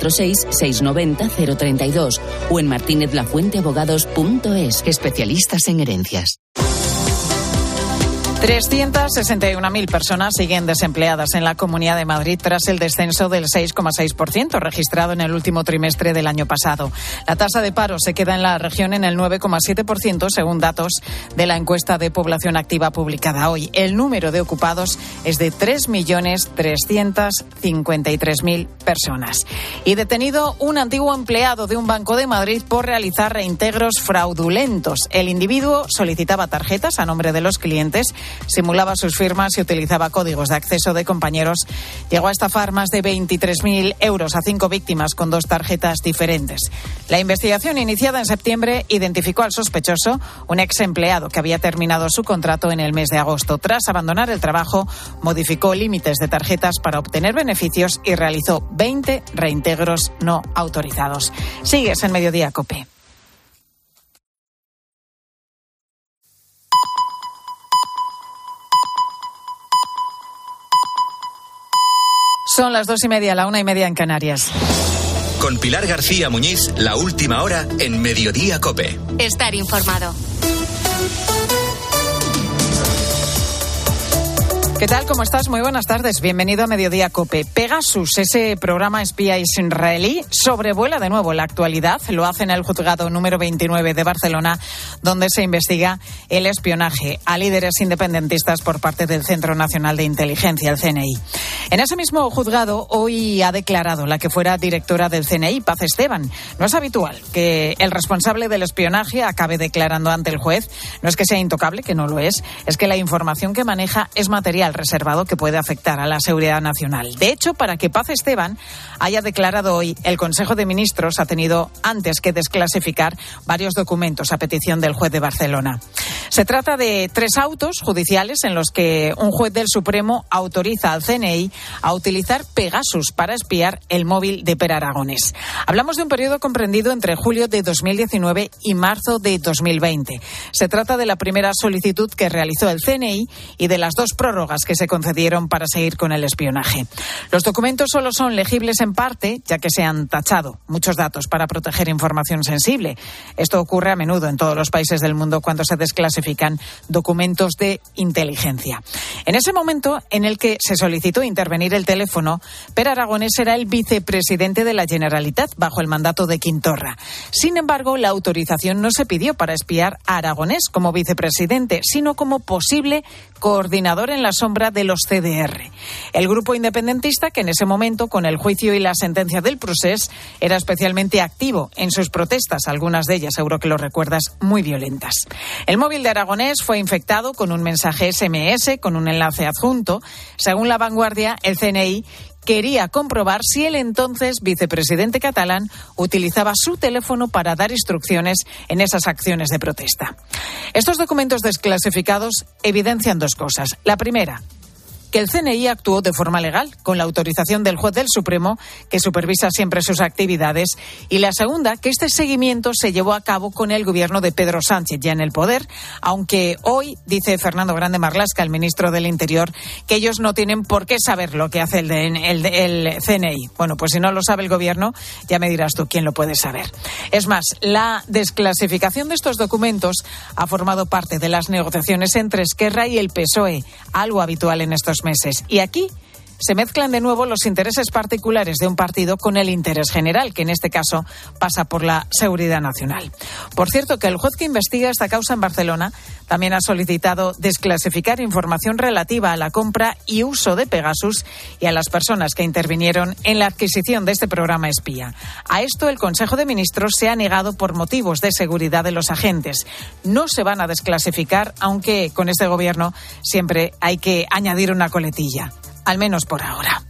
646-690-032 o en martinezlafuenteabogados.es. Especialistas en herencias. 361.000 personas siguen desempleadas en la Comunidad de Madrid tras el descenso del 6,6% registrado en el último trimestre del año pasado. La tasa de paro se queda en la región en el 9,7% según datos de la encuesta de población activa publicada hoy. El número de ocupados es de 3.353.000 personas. Y detenido un antiguo empleado de un banco de Madrid por realizar reintegros fraudulentos. El individuo solicitaba tarjetas a nombre de los clientes, simulaba sus firmas y utilizaba códigos de acceso de compañeros. Llegó a estafar más de 23.000 euros a 5 víctimas con 2 tarjetas diferentes. La investigación iniciada en septiembre identificó al sospechoso, un ex empleado que había terminado su contrato en el mes de agosto. Tras abandonar el trabajo, modificó límites de tarjetas para obtener beneficios y realizó 20 reintegros no autorizados. Sigues en Mediodía COPE. Son las 2:30, la 1:30 en Canarias. Con Pilar García Muñiz, la última hora en Mediodía COPE. Estar informado. ¿Qué tal? ¿Cómo estás? Muy buenas tardes. Bienvenido a Mediodía COPE. Pegasus, ese programa espía israelí, sobrevuela de nuevo la actualidad. Lo hace en el juzgado número 29 de Barcelona, donde se investiga el espionaje a líderes independentistas por parte del Centro Nacional de Inteligencia, el CNI. En ese mismo juzgado, hoy ha declarado la que fuera directora del CNI, Paz Esteban. No es habitual que el responsable del espionaje acabe declarando ante el juez. No es que sea intocable, que no lo es que la información que maneja es material reservado que puede afectar a la seguridad nacional. De hecho, para que Paz Esteban haya declarado hoy, el Consejo de Ministros ha tenido antes que desclasificar varios documentos a petición del juez de Barcelona. Se trata de 3 autos judiciales en los que un juez del Supremo autoriza al CNI a utilizar Pegasus para espiar el móvil de Pere Aragonés. Hablamos de un periodo comprendido entre julio de 2019 y marzo de 2020. Se trata de la primera solicitud que realizó el CNI y de las 2 prórrogas que se concedieron para seguir con el espionaje. Los documentos solo son legibles en parte, ya que se han tachado muchos datos para proteger información sensible. Esto ocurre a menudo en todos los países del mundo cuando se desclasifican documentos de inteligencia. En ese momento en el que se solicitó intervenir el teléfono, Pere Aragonés era el vicepresidente de la Generalitat bajo el mandato de Quim Torra. Sin embargo, la autorización no se pidió para espiar a Aragonés como vicepresidente, sino como posible coordinador en la sombra de los CDR. El grupo independentista, que en ese momento, con el juicio y la sentencia del procés, era especialmente activo en sus protestas, algunas de ellas, seguro que lo recuerdas, muy violentas. El móvil de Aragonés fue infectado con un mensaje SMS con un enlace adjunto. Según La Vanguardia, el CNI quería comprobar si el entonces vicepresidente catalán utilizaba su teléfono para dar instrucciones en esas acciones de protesta. Estos documentos desclasificados evidencian 2 cosas. La primera, que el CNI actuó de forma legal, con la autorización del juez del Supremo, que supervisa siempre sus actividades, y la segunda, que este seguimiento se llevó a cabo con el gobierno de Pedro Sánchez ya en el poder, aunque hoy, dice Fernando Grande Marlaska, el ministro del Interior, que ellos no tienen por qué saber lo que hace el CNI. Bueno, pues si no lo sabe el gobierno, ya me dirás tú quién lo puede saber. Es más, la desclasificación de estos documentos ha formado parte de las negociaciones entre Esquerra y el PSOE, algo habitual en estos meses. Y aquí se mezclan de nuevo los intereses particulares de un partido con el interés general, que en este caso pasa por la seguridad nacional. Por cierto, que el juez que investiga esta causa en Barcelona también ha solicitado desclasificar información relativa a la compra y uso de Pegasus y a las personas que intervinieron en la adquisición de este programa espía. A esto el Consejo de Ministros se ha negado por motivos de seguridad de los agentes. No se van a desclasificar, aunque con este gobierno siempre hay que añadir una coletilla. Al menos por ahora.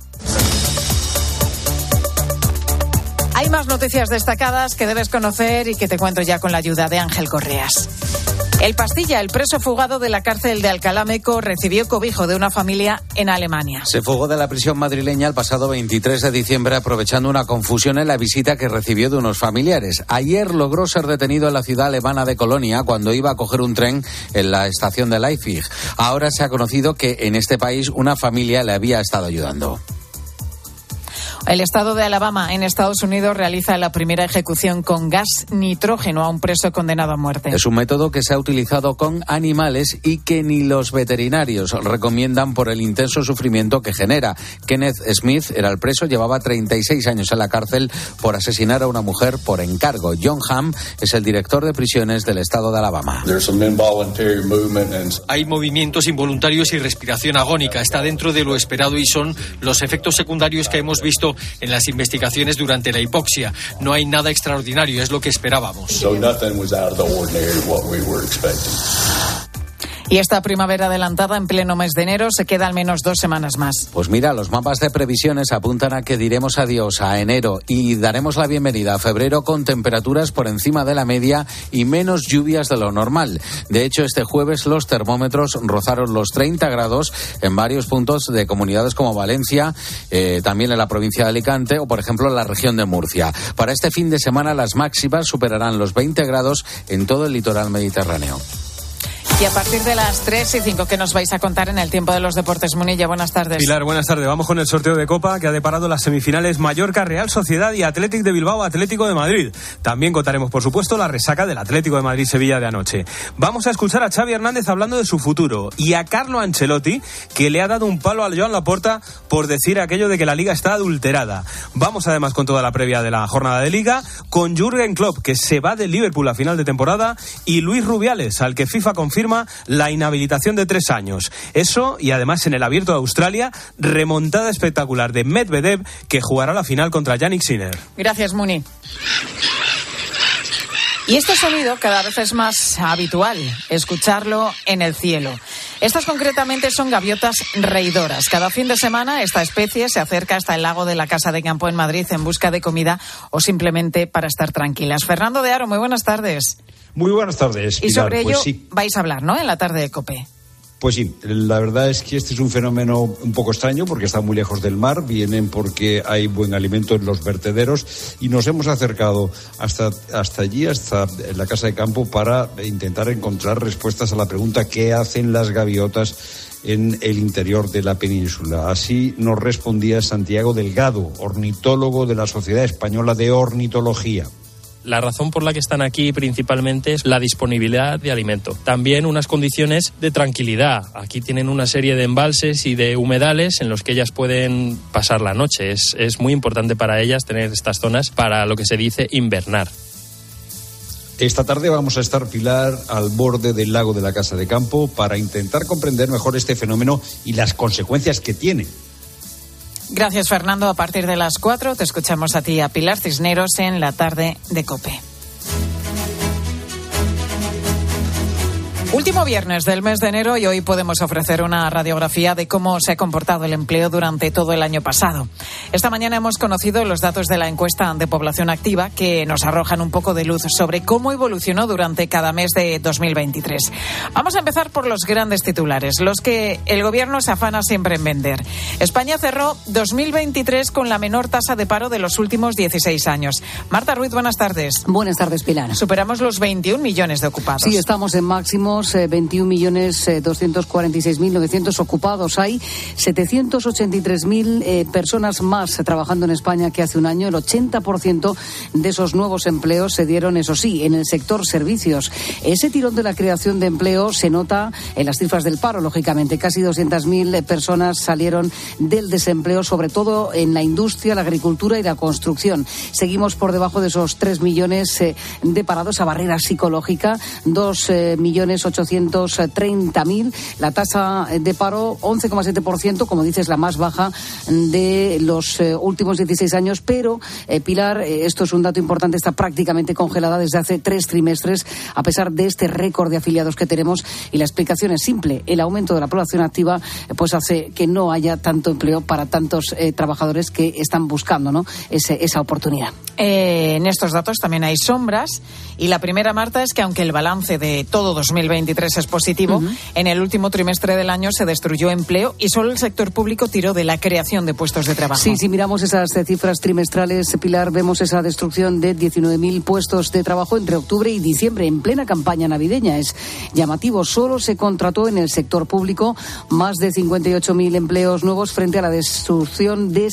Hay más noticias destacadas que debes conocer y que te cuento ya con la ayuda de Ángel Correas. El Pastilla, el preso fugado de la cárcel de Alcalá Meco, recibió cobijo de una familia en Alemania. Se fugó de la prisión madrileña el pasado 23 de diciembre aprovechando una confusión en la visita que recibió de unos familiares. Ayer logró ser detenido en la ciudad alemana de Colonia cuando iba a coger un tren en la estación de Leipzig. Ahora se ha conocido que en este país una familia le había estado ayudando. El estado de Alabama, en Estados Unidos, realiza la primera ejecución con gas nitrógeno a un preso condenado a muerte. Es un método que se ha utilizado con animales y que ni los veterinarios recomiendan por el intenso sufrimiento que genera. Kenneth Smith era el preso, llevaba 36 años en la cárcel por asesinar a una mujer por encargo. John Hamm es el director de prisiones del estado de Alabama. Hay movimientos involuntarios y respiración agónica. Está dentro de lo esperado y son los efectos secundarios que hemos visto en las investigaciones durante la hipoxia. No hay nada extraordinario, es lo que esperábamos. Y esta primavera adelantada en pleno mes de enero se queda al menos 2 semanas más. Pues mira, los mapas de previsiones apuntan a que diremos adiós a enero y daremos la bienvenida a febrero con temperaturas por encima de la media y menos lluvias de lo normal. De hecho, este jueves los termómetros rozaron los 30 grados en varios puntos de comunidades como Valencia, también en la provincia de Alicante o, por ejemplo, en la región de Murcia. Para este fin de semana las máximas superarán los 20 grados en todo el litoral mediterráneo. Y a partir de las 3:05, ¿qué nos vais a contar en el tiempo de los deportes? Munilla, buenas tardes. Pilar, buenas tardes. Vamos con el sorteo de Copa que ha deparado las semifinales Mallorca, Real Sociedad y Athletic de Bilbao, Atlético de Madrid. También contaremos, por supuesto, la resaca del Atlético de Madrid-Sevilla de anoche. Vamos a escuchar a Xavi Hernández hablando de su futuro y a Carlo Ancelotti, que le ha dado un palo a Joan Laporta por decir aquello de que la Liga está adulterada. Vamos además con toda la previa de la jornada de Liga, con Jürgen Klopp, que se va del Liverpool a final de temporada, y Luis Rubiales, al que FIFA confirma la inhabilitación de 3 años. Eso, y además en el Abierto de Australia, remontada espectacular de Medvedev, que jugará la final contra Yannick Sinner. Gracias, Muni. Y este sonido cada vez es más habitual, escucharlo en el cielo. Estas concretamente son gaviotas reidoras. Cada fin de semana esta especie se acerca hasta el lago de la Casa de Campo en Madrid en busca de comida o simplemente para estar tranquilas. Fernando de Aro, muy buenas tardes. Muy buenas tardes, Pilar. Y sobre ello sí, vais a hablar, ¿no?, en la tarde de COPE. Pues sí, la verdad es que este es un fenómeno un poco extraño porque está muy lejos del mar, vienen porque hay buen alimento en los vertederos y nos hemos acercado hasta allí, hasta la Casa de Campo, para intentar encontrar respuestas a la pregunta ¿qué hacen las gaviotas en el interior de la península? Así nos respondía Santiago Delgado, ornitólogo de la Sociedad Española de Ornitología. La razón por la que están aquí principalmente es la disponibilidad de alimento. También unas condiciones de tranquilidad. Aquí tienen una serie de embalses y de humedales en los que ellas pueden pasar la noche. Es muy importante para ellas tener estas zonas para lo que se dice invernar. Esta tarde vamos a estar, Pilar, al borde del lago de la Casa de Campo para intentar comprender mejor este fenómeno y las consecuencias que tiene. Gracias, Fernando. A partir de las 4 te escuchamos a ti, a Pilar Cisneros, en la tarde de COPE. Último viernes del mes de enero y hoy podemos ofrecer una radiografía de cómo se ha comportado el empleo durante todo el año pasado. Esta mañana hemos conocido los datos de la encuesta de población activa que nos arrojan un poco de luz sobre cómo evolucionó durante cada mes de 2023. Vamos a empezar por los grandes titulares, los que el gobierno se afana siempre en vender. España cerró 2023 con la menor tasa de paro de los últimos 16 años. Marta Ruiz, buenas tardes. Buenas tardes, Pilar. Superamos los 21 millones de ocupados. Sí, estamos en máximos. 21.246.900 ocupados. Hay 783.000 personas más trabajando en España que hace un año. El 80% de esos nuevos empleos se dieron, eso sí, en el sector servicios. Ese tirón de la creación de empleo se nota en las cifras del paro, lógicamente. Casi 200.000 personas salieron del desempleo, sobre todo en la industria, la agricultura y la construcción. Seguimos por debajo de esos 3 millones de parados, a barrera psicológica. 2.800.000 830.000. La tasa de paro, 11,7%, como dices, la más baja de los últimos 16 años. Pero, Pilar, esto es un dato importante, está prácticamente congelada desde hace 3 trimestres, a pesar de este récord de afiliados que tenemos. Y la explicación es simple: el aumento de la población activa pues hace que no haya tanto empleo para tantos trabajadores que están buscando, ¿no?, esa oportunidad. En estos datos también hay sombras, y la primera, Marta, es que aunque el balance de todo 2023 es positivo, en el último trimestre del año se destruyó empleo y solo el sector público tiró de la creación de puestos de trabajo. Sí, si miramos esas cifras trimestrales, Pilar, vemos esa destrucción de 19.000 puestos de trabajo entre octubre y diciembre, en plena campaña navideña. Es llamativo, solo se contrató en el sector público más de 58.000 empleos nuevos frente a la destrucción de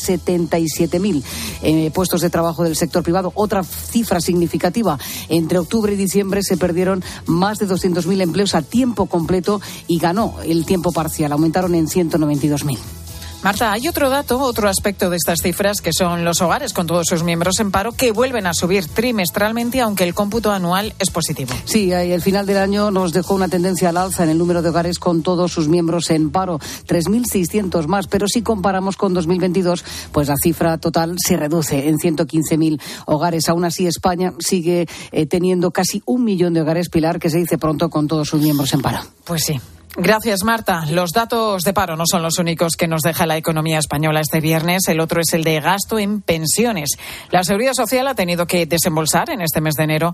77.000 puestos de trabajo del sector privado. Otra cifra significativa: entre octubre y diciembre se perdieron más de 200.000 empleos a tiempo completo y ganó el tiempo parcial, aumentaron en 192.000. Marta, hay otro dato, otro aspecto de estas cifras, que son los hogares con todos sus miembros en paro, que vuelven a subir trimestralmente, aunque el cómputo anual es positivo. Sí, el final del año nos dejó una tendencia al alza en el número de hogares con todos sus miembros en paro, 3.600 más, pero si comparamos con 2022, pues la cifra total se reduce en 115.000 hogares. Aún así, España sigue teniendo casi 1 millón de hogares, Pilar, que se dice pronto, con todos sus miembros en paro. Pues sí. Gracias, Marta. Los datos de paro no son los únicos que nos deja la economía española este viernes. El otro es el de gasto en pensiones. La Seguridad Social ha tenido que desembolsar en este mes de enero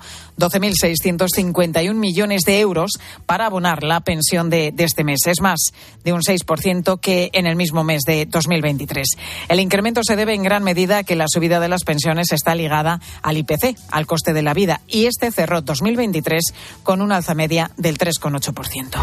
12.651 millones de euros para abonar la pensión de este mes. Es más de un 6% que en el mismo mes de 2023. El incremento se debe en gran medida a que la subida de las pensiones está ligada al IPC, al coste de la vida, y este cerró 2023 con una alza media del 3,8%.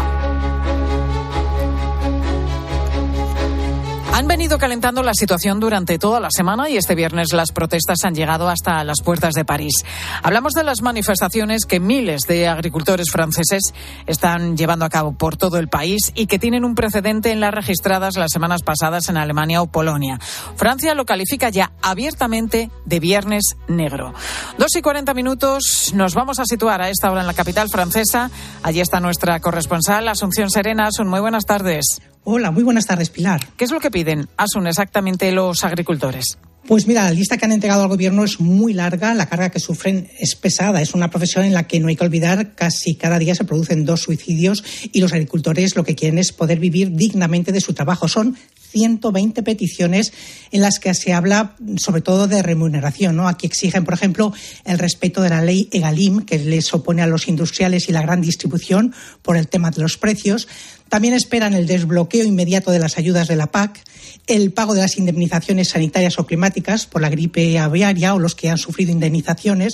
Han venido calentando la situación durante toda la semana y este viernes las protestas han llegado hasta las puertas de París. Hablamos de las manifestaciones que miles de agricultores franceses están llevando a cabo por todo el país y que tienen un precedente en las registradas las semanas pasadas en Alemania o Polonia. Francia lo califica ya abiertamente de Viernes Negro. 2:40, nos vamos a situar a esta hora en la capital francesa. Allí está nuestra corresponsal, Asunción Serena. Asun, muy buenas tardes. Hola, muy buenas tardes, Pilar. ¿Qué es lo que piden, Asun, exactamente los agricultores? Pues mira, la lista que han entregado al gobierno es muy larga, la carga que sufren es pesada. Es una profesión en la que no hay que olvidar, casi cada día se producen 2 suicidios y los agricultores lo que quieren es poder vivir dignamente de su trabajo. Son 120 peticiones en las que se habla sobre todo de remuneración, ¿no? Aquí exigen, por ejemplo, el respeto de la ley EGalim, que les opone a los industriales y la gran distribución por el tema de los precios. También esperan el desbloqueo inmediato de las ayudas de la PAC, el pago de las indemnizaciones sanitarias o climáticas por la gripe aviaria o los que han sufrido indemnizaciones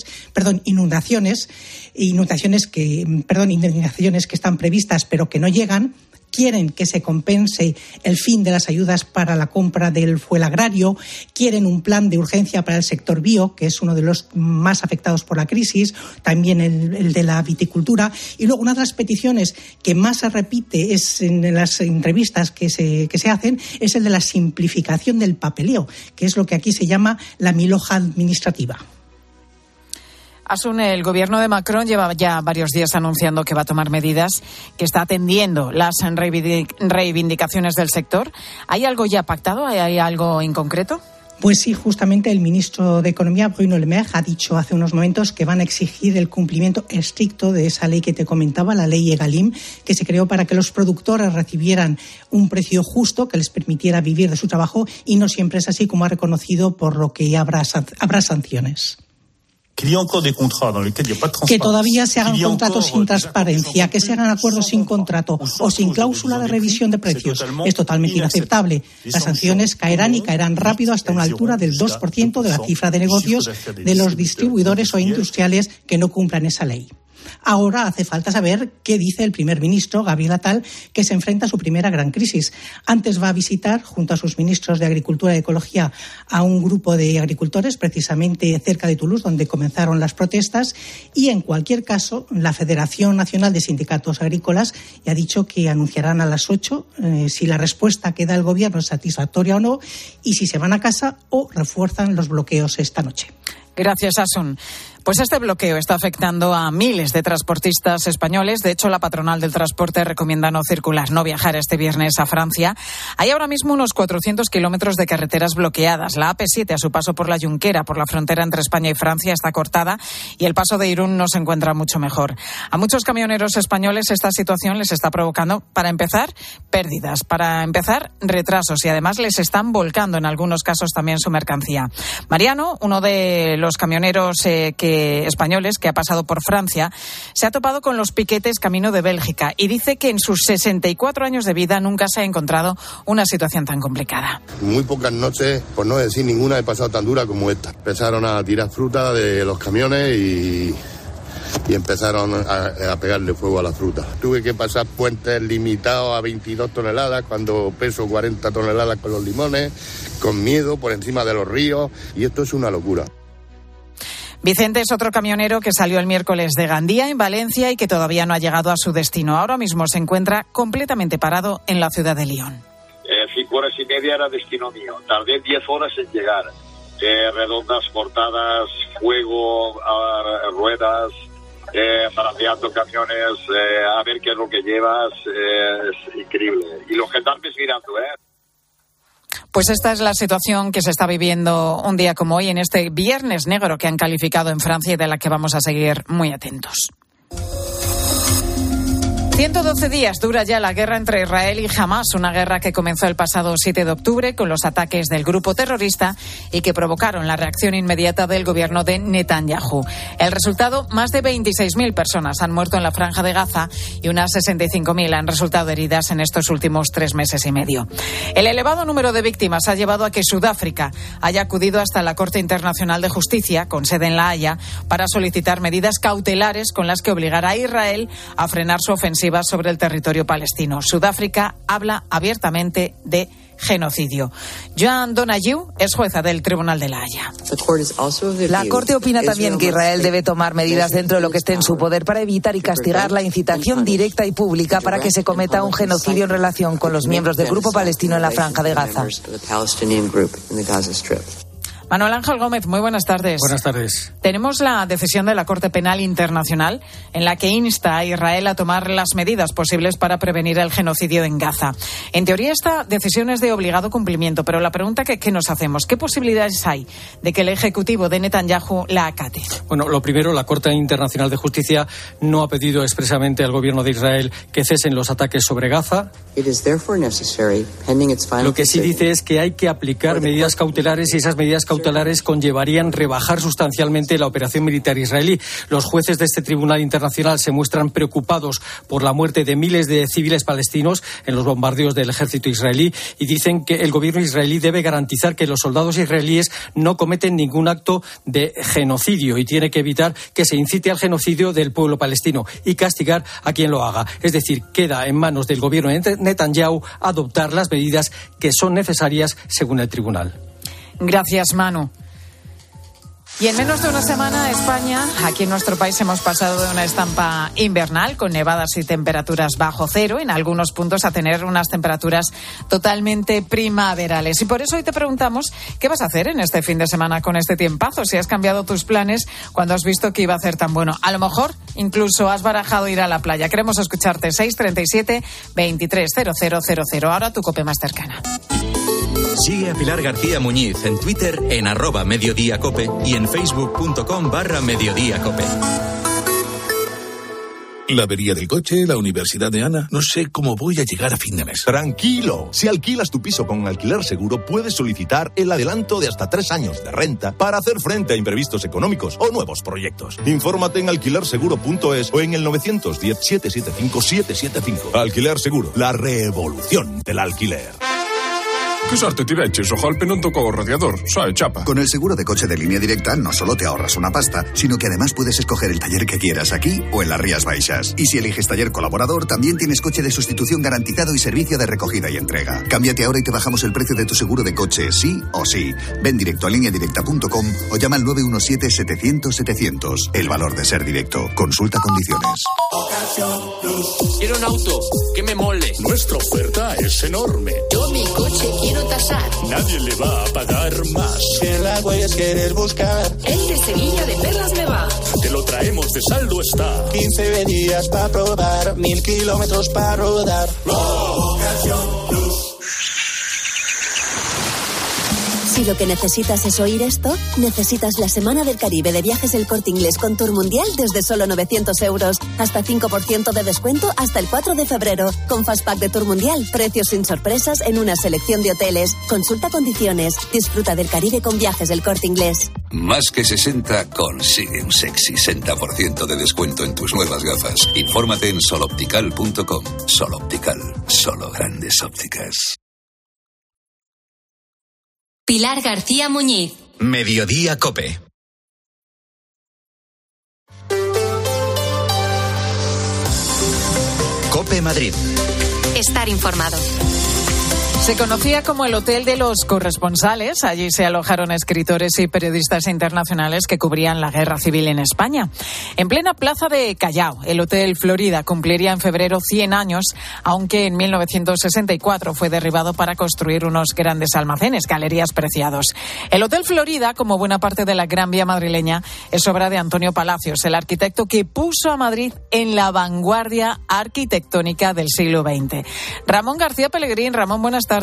que están previstas pero que no llegan. Quieren que se compense el fin de las ayudas para la compra del fuel agrario, quieren un plan de urgencia para el sector bio, que es uno de los más afectados por la crisis, también el de la viticultura. Y luego una de las peticiones que más se repite es en las entrevistas que se hacen, es el de la simplificación del papeleo, que es lo que aquí se llama la milhoja administrativa. Asun, el gobierno de Macron lleva ya varios días anunciando que va a tomar medidas, que está atendiendo las reivindicaciones del sector. ¿Hay algo ya pactado? ¿Hay algo en concreto? Pues sí, justamente el ministro de Economía, Bruno Le Maire, ha dicho hace unos momentos que van a exigir el cumplimiento estricto de esa ley que te comentaba, la ley EGalim, que se creó para que los productores recibieran un precio justo que les permitiera vivir de su trabajo, y no siempre es así, como ha reconocido, por lo que habrá sanciones. Que todavía se hagan contratos sin transparencia, que se hagan acuerdos sin contrato o sin cláusula de revisión de precios. Es totalmente inaceptable. Las sanciones caerán y caerán rápido hasta una altura del 2% de la cifra de negocios de los distribuidores o industriales que no cumplan esa ley. Ahora hace falta saber qué dice el primer ministro, Gabriel Attal, que se enfrenta a su primera gran crisis. Antes va a visitar, junto a sus ministros de Agricultura y Ecología, a un grupo de agricultores, precisamente cerca de Toulouse, donde comenzaron las protestas. Y, en cualquier caso, la Federación Nacional de Sindicatos Agrícolas ya ha dicho que anunciarán a las 8 si la respuesta que da el Gobierno es satisfactoria o no, y si se van a casa o refuerzan los bloqueos esta noche. Gracias, Asun. Pues este bloqueo está afectando a miles de transportistas españoles. De hecho, la patronal del transporte recomienda no circular, no viajar este viernes a Francia. Hay ahora mismo unos 400 kilómetros de carreteras bloqueadas. La AP7 a su paso por la Junquera, por la frontera entre España y Francia, está cortada y el paso de Irún no se encuentra mucho mejor. A muchos camioneros españoles esta situación les está provocando, para empezar, pérdidas, para empezar, retrasos y además les están volcando en algunos casos también su mercancía. Mariano, uno de los camioneros españoles que ha pasado por Francia, se ha topado con los piquetes camino de Bélgica y dice que en sus 64 años de vida nunca se ha encontrado una situación tan complicada. Muy pocas noches, por no decir ninguna, he pasado tan dura como esta. Empezaron a tirar fruta de los camiones y empezaron a pegarle fuego a la fruta. Tuve que pasar puentes limitados a 22 toneladas cuando peso 40 toneladas con los limones, con miedo por encima de los ríos, y esto es una locura. Vicente es otro camionero que salió el miércoles de Gandía, en Valencia, y que todavía no ha llegado a su destino. Ahora mismo se encuentra completamente parado en la ciudad de Lyon. 5 horas y media era destino mío. Tardé 10 horas en llegar. Redondas cortadas, fuego, ruedas, parapeando camiones, a ver qué es lo que llevas. Es increíble. Y los gendarmes mirando, Pues esta es la situación que se está viviendo un día como hoy, en este viernes negro que han calificado en Francia y de la que vamos a seguir muy atentos. 112 días dura ya la guerra entre Israel y Hamás, una guerra que comenzó el pasado 7 de octubre con los ataques del grupo terrorista y que provocaron la reacción inmediata del gobierno de Netanyahu. El resultado, más de 26.000 personas han muerto en la Franja de Gaza y unas 65.000 han resultado heridas en estos últimos 3 meses y medio. El elevado número de víctimas ha llevado a que Sudáfrica haya acudido hasta la Corte Internacional de Justicia, con sede en La Haya, para solicitar medidas cautelares con las que obligar a Israel a frenar su ofensiva sobre el territorio palestino. Sudáfrica habla abiertamente de genocidio. Joan Donaghue es jueza del Tribunal de La Haya. La Corte opina también que Israel debe tomar medidas dentro de lo que esté en su poder para evitar y castigar la incitación directa y pública para que se cometa un genocidio en relación con los miembros del grupo palestino en la Franja de Gaza. Manuel Ángel Gómez, muy buenas tardes. Buenas tardes. Tenemos la decisión de la Corte Penal Internacional en la que insta a Israel a tomar las medidas posibles para prevenir el genocidio en Gaza. En teoría esta decisión es de obligado cumplimiento, pero la pregunta que nos hacemos, ¿qué posibilidades hay de que el Ejecutivo de Netanyahu la acate? Bueno, lo primero, la Corte Internacional de Justicia no ha pedido expresamente al gobierno de Israel que cesen los ataques sobre Gaza. Lo que sí dice es que hay que aplicar medidas cautelares y esas medidas cautelares conllevarían rebajar sustancialmente la operación militar israelí. Los jueces de este tribunal internacional se muestran preocupados por la muerte de miles de civiles palestinos en los bombardeos del ejército israelí y dicen que el gobierno israelí debe garantizar que los soldados israelíes no cometen ningún acto de genocidio y tiene que evitar que se incite al genocidio del pueblo palestino y castigar a quien lo haga. Es decir, queda en manos del gobierno de Netanyahu adoptar las medidas que son necesarias según el tribunal. Gracias, Manu. Y en menos de una semana, España, aquí en nuestro país hemos pasado de una estampa invernal con nevadas y temperaturas bajo cero, en algunos puntos a tener unas temperaturas totalmente primaverales. Y por eso hoy te preguntamos qué vas a hacer en este fin de semana con este tiempazo, si has cambiado tus planes cuando has visto que iba a ser tan bueno. A lo mejor incluso has barajado ir a la playa. Queremos escucharte. 637-230000. Ahora tu COPE más cercana. Sigue a Pilar García Muñiz en Twitter en @mediodíacope y en facebook.com/mediodíacope. La avería del coche, la universidad de Ana. No sé cómo voy a llegar a fin de mes. Tranquilo. Si alquilas tu piso con Alquiler Seguro, puedes solicitar el adelanto de hasta 3 años de renta para hacer frente a imprevistos económicos o nuevos proyectos. Infórmate en alquilerseguro.es o en el 910-775-775. Alquiler Seguro, la revolución del alquiler. ¿Qué sorte ti veches? Ojalá non tocou o radiador, sae chapa. Con el seguro de coche de Línea Directa no solo te ahorras una pasta, sino que además puedes escoger el taller que quieras aquí o en las Rías Baixas. Y si eliges taller colaborador, también tienes coche de sustitución garantizado y servicio de recogida y entrega. Cámbiate ahora y te bajamos el precio de tu seguro de coche, sí o sí. Ven directo a lineadirecta.com o llama al 917-700-700. El valor de ser directo. Consulta condiciones. Quiero un auto que me mole. Nuestra oferta es enorme. Yo mi coche quiero tasar. Nadie le va a pagar más. En la puedes querer buscar. El de Sevilla de Perlas me va. Te lo traemos de saldo está. 15 días para probar, 1000 kilómetros para rodar. Ocasión Plus. Si lo que necesitas es oír esto, necesitas la Semana del Caribe de Viajes El Corte Inglés con Tour Mundial desde solo 900 euros. Hasta 5% de descuento hasta el 4 de febrero. Con Fastpack de Tour Mundial, precios sin sorpresas en una selección de hoteles. Consulta condiciones. Disfruta del Caribe con Viajes El Corte Inglés. Más que 60 consigue un sexy 60% de descuento en tus nuevas gafas. Infórmate en soloptical.com. Soloptical, solo grandes ópticas. Pilar García Muñiz. Mediodía COPE. COPE Madrid. Estar informado. Se conocía como el Hotel de los Corresponsales. Allí se alojaron escritores y periodistas internacionales que cubrían la guerra civil en España. En plena plaza de Callao, el Hotel Florida cumpliría en febrero 100 años, aunque en 1964 fue derribado para construir unos grandes almacenes, galerías Preciados. El Hotel Florida, como buena parte de la Gran Vía madrileña, es obra de Antonio Palacios, el arquitecto que puso a Madrid en la vanguardia arquitectónica del siglo XX. Ramón García Pellegrín. Ramón, buenas tardes.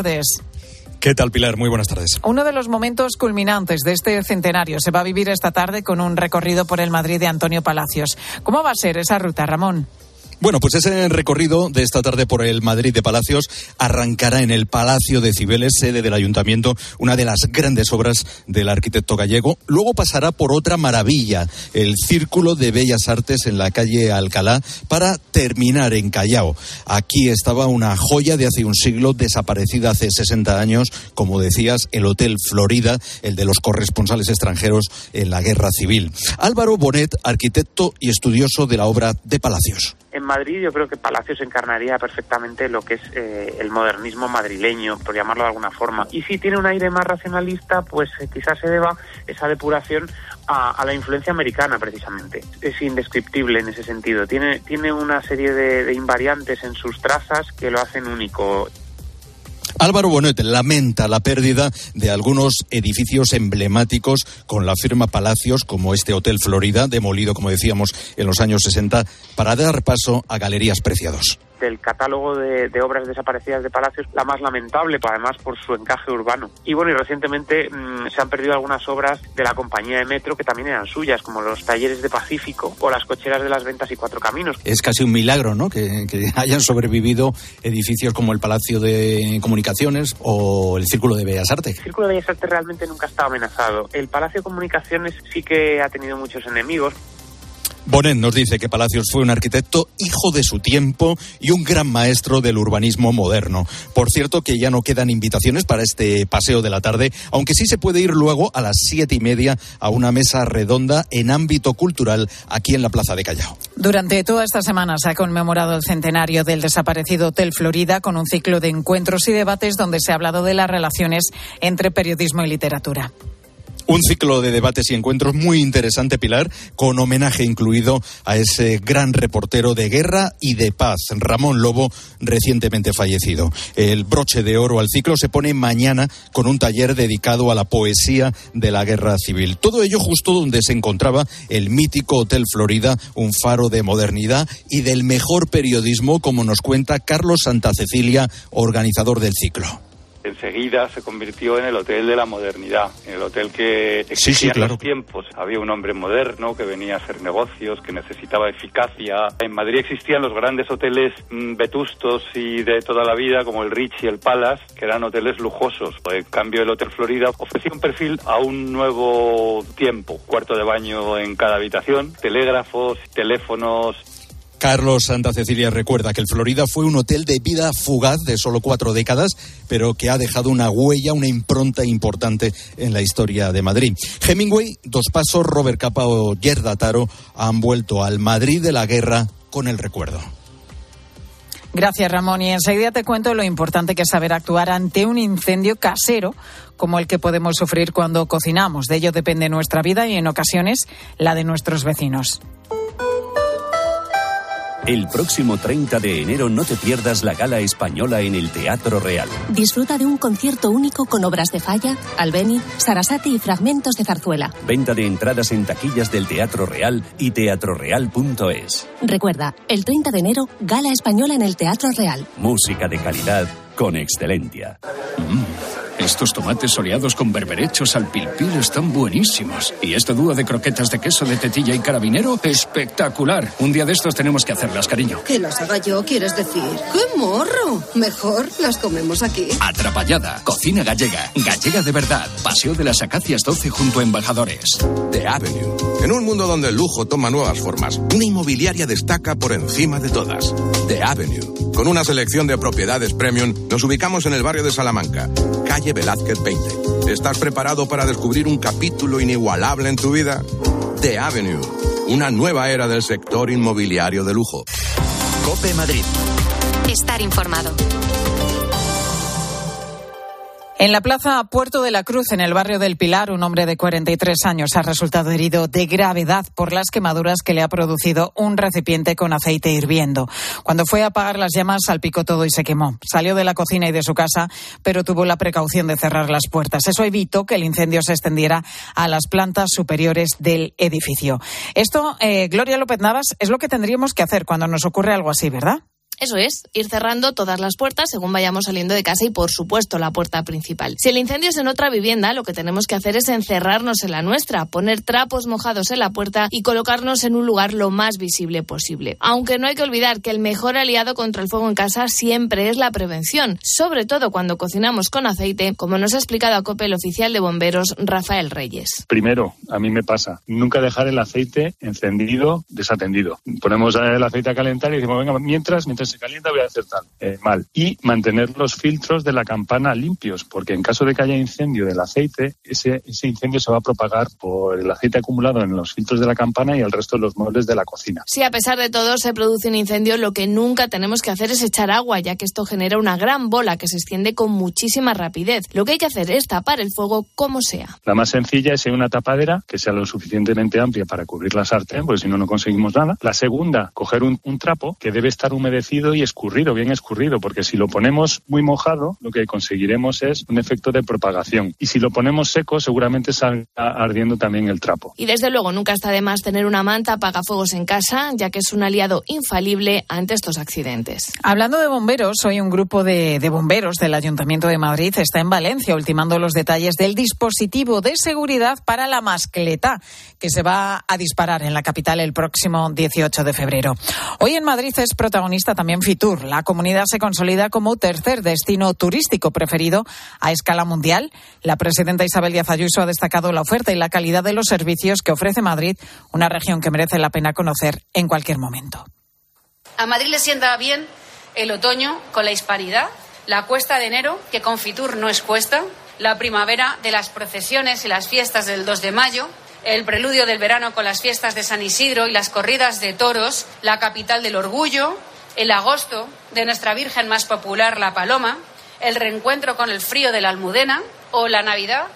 ¿Qué tal, Pilar? Muy buenas tardes. Uno de los momentos culminantes de este centenario se va a vivir esta tarde con un recorrido por el Madrid de Antonio Palacios. ¿Cómo va a ser esa ruta, Ramón? Bueno, pues ese recorrido de esta tarde por el Madrid de Palacios arrancará en el Palacio de Cibeles, sede del Ayuntamiento, una de las grandes obras del arquitecto gallego. Luego pasará por otra maravilla, el Círculo de Bellas Artes en la calle Alcalá, para terminar en Callao. Aquí estaba una joya de hace un siglo, desaparecida hace 60 años, como decías, el Hotel Florida, el de los corresponsales extranjeros en la Guerra Civil. Álvaro Bonet, arquitecto y estudioso de la obra de Palacios. En Madrid yo creo que Palacios encarnaría perfectamente lo que es el modernismo madrileño, por llamarlo de alguna forma. Y si tiene un aire más racionalista, pues quizás se deba esa depuración a la influencia americana, precisamente. Es indescriptible en ese sentido. Tiene una serie de invariantes en sus trazas que lo hacen único. Álvaro Bonet lamenta la pérdida de algunos edificios emblemáticos con la firma Palacios, como este Hotel Florida, demolido, como decíamos, en los años 60, para dar paso a galerías Preciados. Del catálogo de obras desaparecidas de Palacios, la más lamentable, además por su encaje urbano. Y bueno, y recientemente se han perdido algunas obras de la compañía de metro que también eran suyas, como los talleres de Pacífico o las cocheras de las Ventas y Cuatro Caminos. Es casi un milagro, ¿no?, que hayan sobrevivido edificios como el Palacio de Comunicaciones o el Círculo de Bellas Artes. El Círculo de Bellas Artes realmente nunca ha estado amenazado. El Palacio de Comunicaciones sí que ha tenido muchos enemigos. Bonet nos dice que Palacios fue un arquitecto hijo de su tiempo y un gran maestro del urbanismo moderno. Por cierto, que ya no quedan invitaciones para este paseo de la tarde, aunque sí se puede ir luego a las 7:30 a una mesa redonda en ámbito cultural aquí en la Plaza de Callao. Durante toda esta semana se ha conmemorado el centenario del desaparecido Hotel Florida con un ciclo de encuentros y debates donde se ha hablado de las relaciones entre periodismo y literatura. Un ciclo de debates y encuentros muy interesante, Pilar, con homenaje incluido a ese gran reportero de guerra y de paz, Ramón Lobo, recientemente fallecido. El broche de oro al ciclo se pone mañana con un taller dedicado a la poesía de la Guerra Civil. Todo ello justo donde se encontraba el mítico Hotel Florida, un faro de modernidad y del mejor periodismo, como nos cuenta Carlos Santacecilia, organizador del ciclo. Enseguida se convirtió en el hotel de la modernidad, en el hotel que exigía claro. Los tiempos. Había un hombre moderno que venía a hacer negocios, que necesitaba eficacia. En Madrid existían los grandes hoteles vetustos y de toda la vida, como el Ritz y el Palace, que eran hoteles lujosos. En cambio, el Hotel Florida ofrecía un perfil a un nuevo tiempo. Cuarto de baño en cada habitación, telégrafos, teléfonos. Carlos Santacecilia recuerda que el Florida fue un hotel de vida fugaz de solo 4 décadas, pero que ha dejado una huella, una impronta importante en la historia de Madrid. Hemingway, Dos Pasos, Robert Capa o Yerda Taro han vuelto al Madrid de la guerra con el recuerdo. Gracias, Ramón. Y enseguida te cuento lo importante que es saber actuar ante un incendio casero como el que podemos sufrir cuando cocinamos. De ello depende nuestra vida y, en ocasiones, la de nuestros vecinos. El próximo 30 de enero no te pierdas la Gala Española en el Teatro Real. Disfruta de un concierto único con obras de Falla, Albéniz, Sarasate y fragmentos de zarzuela. Venta de entradas en taquillas del Teatro Real y teatroreal.es. Recuerda, el 30 de enero, Gala Española en el Teatro Real. Música de calidad con excelencia. Estos tomates soleados con berberechos al pil-pil están buenísimos. Y este dúo de croquetas de queso de tetilla y carabinero, espectacular. Un día de estos tenemos que hacerlas, cariño. Que las haga yo, ¿quieres decir? ¡Qué morro! Mejor las comemos aquí. Atrapallada, cocina gallega. Gallega de verdad. Paseo de las Acacias 12 junto a Embajadores. The Avenue. En un mundo donde el lujo toma nuevas formas, una inmobiliaria destaca por encima de todas. The Avenue. Con una selección de propiedades premium, nos ubicamos en el barrio de Salamanca, calle Velázquez 20. ¿Estás preparado para descubrir un capítulo inigualable en tu vida? The Avenue, una nueva era del sector inmobiliario de lujo. COPE Madrid. Estar informado. En la plaza Puerto de la Cruz, en el barrio del Pilar, un hombre de 43 años ha resultado herido de gravedad por las quemaduras que le ha producido un recipiente con aceite hirviendo. Cuando fue a apagar las llamas, salpicó todo y se quemó. Salió de la cocina y de su casa, pero tuvo la precaución de cerrar las puertas. Eso evitó que el incendio se extendiera a las plantas superiores del edificio. Esto, Gloria López Navas, es lo que tendríamos que hacer cuando nos ocurre algo así, ¿verdad? Eso es, ir cerrando todas las puertas según vayamos saliendo de casa y, por supuesto, la puerta principal. Si el incendio es en otra vivienda, lo que tenemos que hacer es encerrarnos en la nuestra, poner trapos mojados en la puerta y colocarnos en un lugar lo más visible posible. Aunque no hay que olvidar que el mejor aliado contra el fuego en casa siempre es la prevención, sobre todo cuando cocinamos con aceite, como nos ha explicado a COPE el oficial de bomberos, Rafael Reyes. Primero, a mí me pasa, nunca dejar el aceite encendido, desatendido. Ponemos el aceite a calentar y decimos, venga, mientras se calienta voy a hacer tal. Mal. Y mantener los filtros de la campana limpios, porque en caso de que haya incendio del aceite, ese incendio se va a propagar por el aceite acumulado en los filtros de la campana y el resto de los muebles de la cocina. Si a pesar de todo se produce un incendio, lo que nunca tenemos que hacer es echar agua, ya que esto genera una gran bola que se extiende con muchísima rapidez. Lo que hay que hacer es tapar el fuego como sea. La más sencilla es una tapadera que sea lo suficientemente amplia para cubrir la sartén, porque si no, no conseguimos nada. La segunda, coger un trapo que debe estar humedecido y escurrido, bien escurrido, porque si lo ponemos muy mojado, lo que conseguiremos es un efecto de propagación. Y si lo ponemos seco, seguramente salga ardiendo también el trapo. Y desde luego nunca está de más tener una manta apagafuegos en casa, ya que es un aliado infalible ante estos accidentes. Hablando de bomberos, hoy un grupo de bomberos del Ayuntamiento de Madrid está en Valencia ultimando los detalles del dispositivo de seguridad para la mascleta que se va a disparar en la capital el próximo 18 de febrero. Hoy en Madrid es protagonista también Fitur. La comunidad se consolida como tercer destino turístico preferido a escala mundial. La presidenta Isabel Díaz Ayuso ha destacado la oferta y la calidad de los servicios que ofrece Madrid, una región que merece la pena conocer en cualquier momento. A Madrid le sienta bien el otoño con la hispanidad, la cuesta de enero, que con Fitur no es cuesta, la primavera de las procesiones y las fiestas del 2 de mayo, el preludio del verano con las fiestas de San Isidro y las corridas de toros, la capital del orgullo, el agosto de nuestra Virgen más popular, la Paloma, el reencuentro con el frío de la Almudena o la Navidad.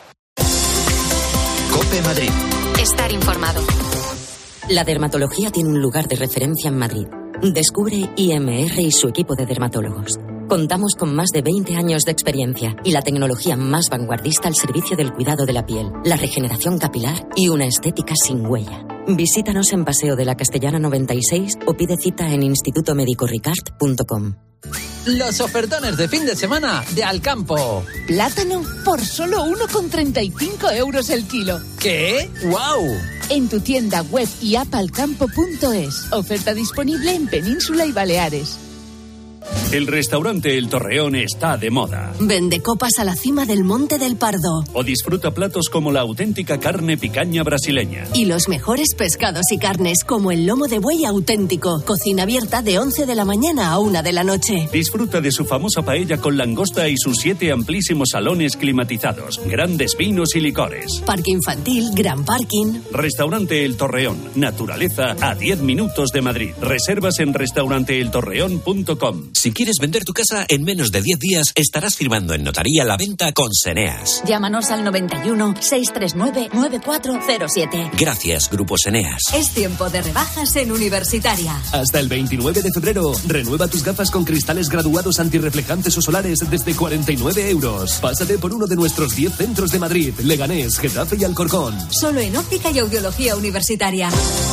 COPE Madrid. Estar informado. La dermatología tiene un lugar de referencia en Madrid. Descubre IMR y su equipo de dermatólogos. Contamos con más de 20 años de experiencia y la tecnología más vanguardista al servicio del cuidado de la piel, la regeneración capilar y una estética sin huella. Visítanos en Paseo de la Castellana 96 o pide cita en institutomedicoricart.com. Los ofertones de fin de semana de Alcampo. Plátano por solo 1,35 € el kilo. ¿Qué? ¡Guau! En tu tienda web y app alcampo.es. Oferta disponible en Península y Baleares. El restaurante El Torreón está de moda. Vende copas a la cima del Monte del Pardo. O disfruta platos como la auténtica carne picaña brasileña. Y los mejores pescados y carnes como el lomo de buey auténtico. Cocina abierta de 11 de la mañana a 1 de la noche. Disfruta de su famosa paella con langosta y sus 7 amplísimos salones climatizados. Grandes vinos y licores. Parque infantil, gran parking. Restaurante El Torreón. Naturaleza a 10 minutos de Madrid. Reservas en restauranteeltorreón.com. Si quieres vender tu casa en menos de 10 días, estarás firmando en notaría la venta con Seneas. Llámanos al 91 639 9407. Gracias, Grupo Seneas. Es tiempo de rebajas en Universitaria. Hasta el 29 de febrero, renueva tus gafas con cristales graduados antirreflejantes o solares desde 49 euros. Pásate por uno de nuestros 10 centros de Madrid, Leganés, Getafe y Alcorcón. Solo en Óptica y Audiología Universitaria.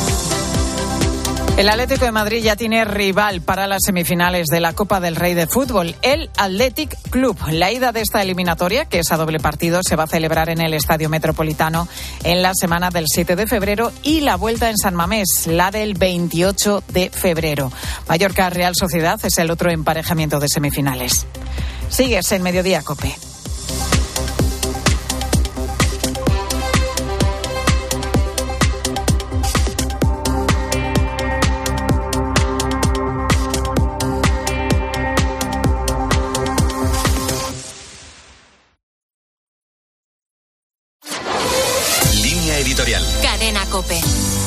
El Atlético de Madrid ya tiene rival para las semifinales de la Copa del Rey de Fútbol, el Athletic Club. La ida de esta eliminatoria, que es a doble partido, se va a celebrar en el Estadio Metropolitano en la semana del 7 de febrero y la vuelta en San Mamés, la del 28 de febrero. Mallorca Real Sociedad es el otro emparejamiento de semifinales. Sigues en Mediodía COPE. Cadena COPE.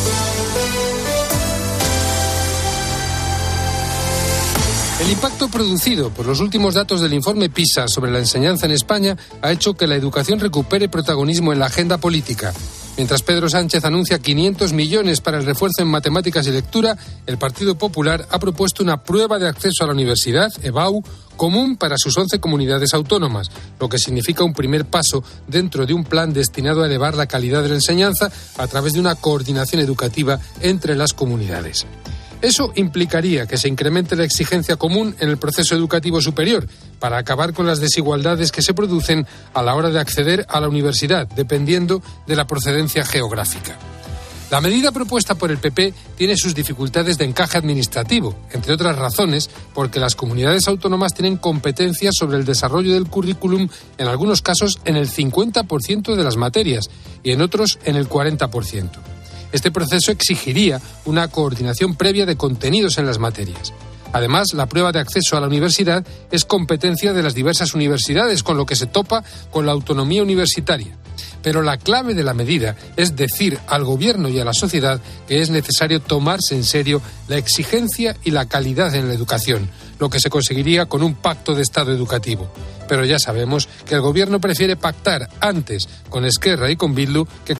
El impacto producido por los últimos datos del informe PISA sobre la enseñanza en España ha hecho que la educación recupere protagonismo en la agenda política. Mientras Pedro Sánchez anuncia 500 millones para el refuerzo en matemáticas y lectura, el Partido Popular ha propuesto una prueba de acceso a la universidad, EBAU, común para sus 11 comunidades autónomas, lo que significa un primer paso dentro de un plan destinado a elevar la calidad de la enseñanza a través de una coordinación educativa entre las comunidades. Eso implicaría que se incremente la exigencia común en el proceso educativo superior para acabar con las desigualdades que se producen a la hora de acceder a la universidad, dependiendo de la procedencia geográfica. La medida propuesta por el PP tiene sus dificultades de encaje administrativo, entre otras razones porque las comunidades autónomas tienen competencias sobre el desarrollo del currículum, en algunos casos en el 50% de las materias y en otros en el 40%. Este proceso exigiría una coordinación previa de contenidos en las materias. Además, la prueba de acceso a la universidad es competencia de las diversas universidades, con lo que se topa con la autonomía universitaria. Pero la clave de la medida es decir al Gobierno y a la sociedad que es necesario tomarse en serio la exigencia y la calidad en la educación, lo que se conseguiría con un pacto de Estado educativo. Pero ya sabemos que el Gobierno prefiere pactar antes con Esquerra y con Bildu que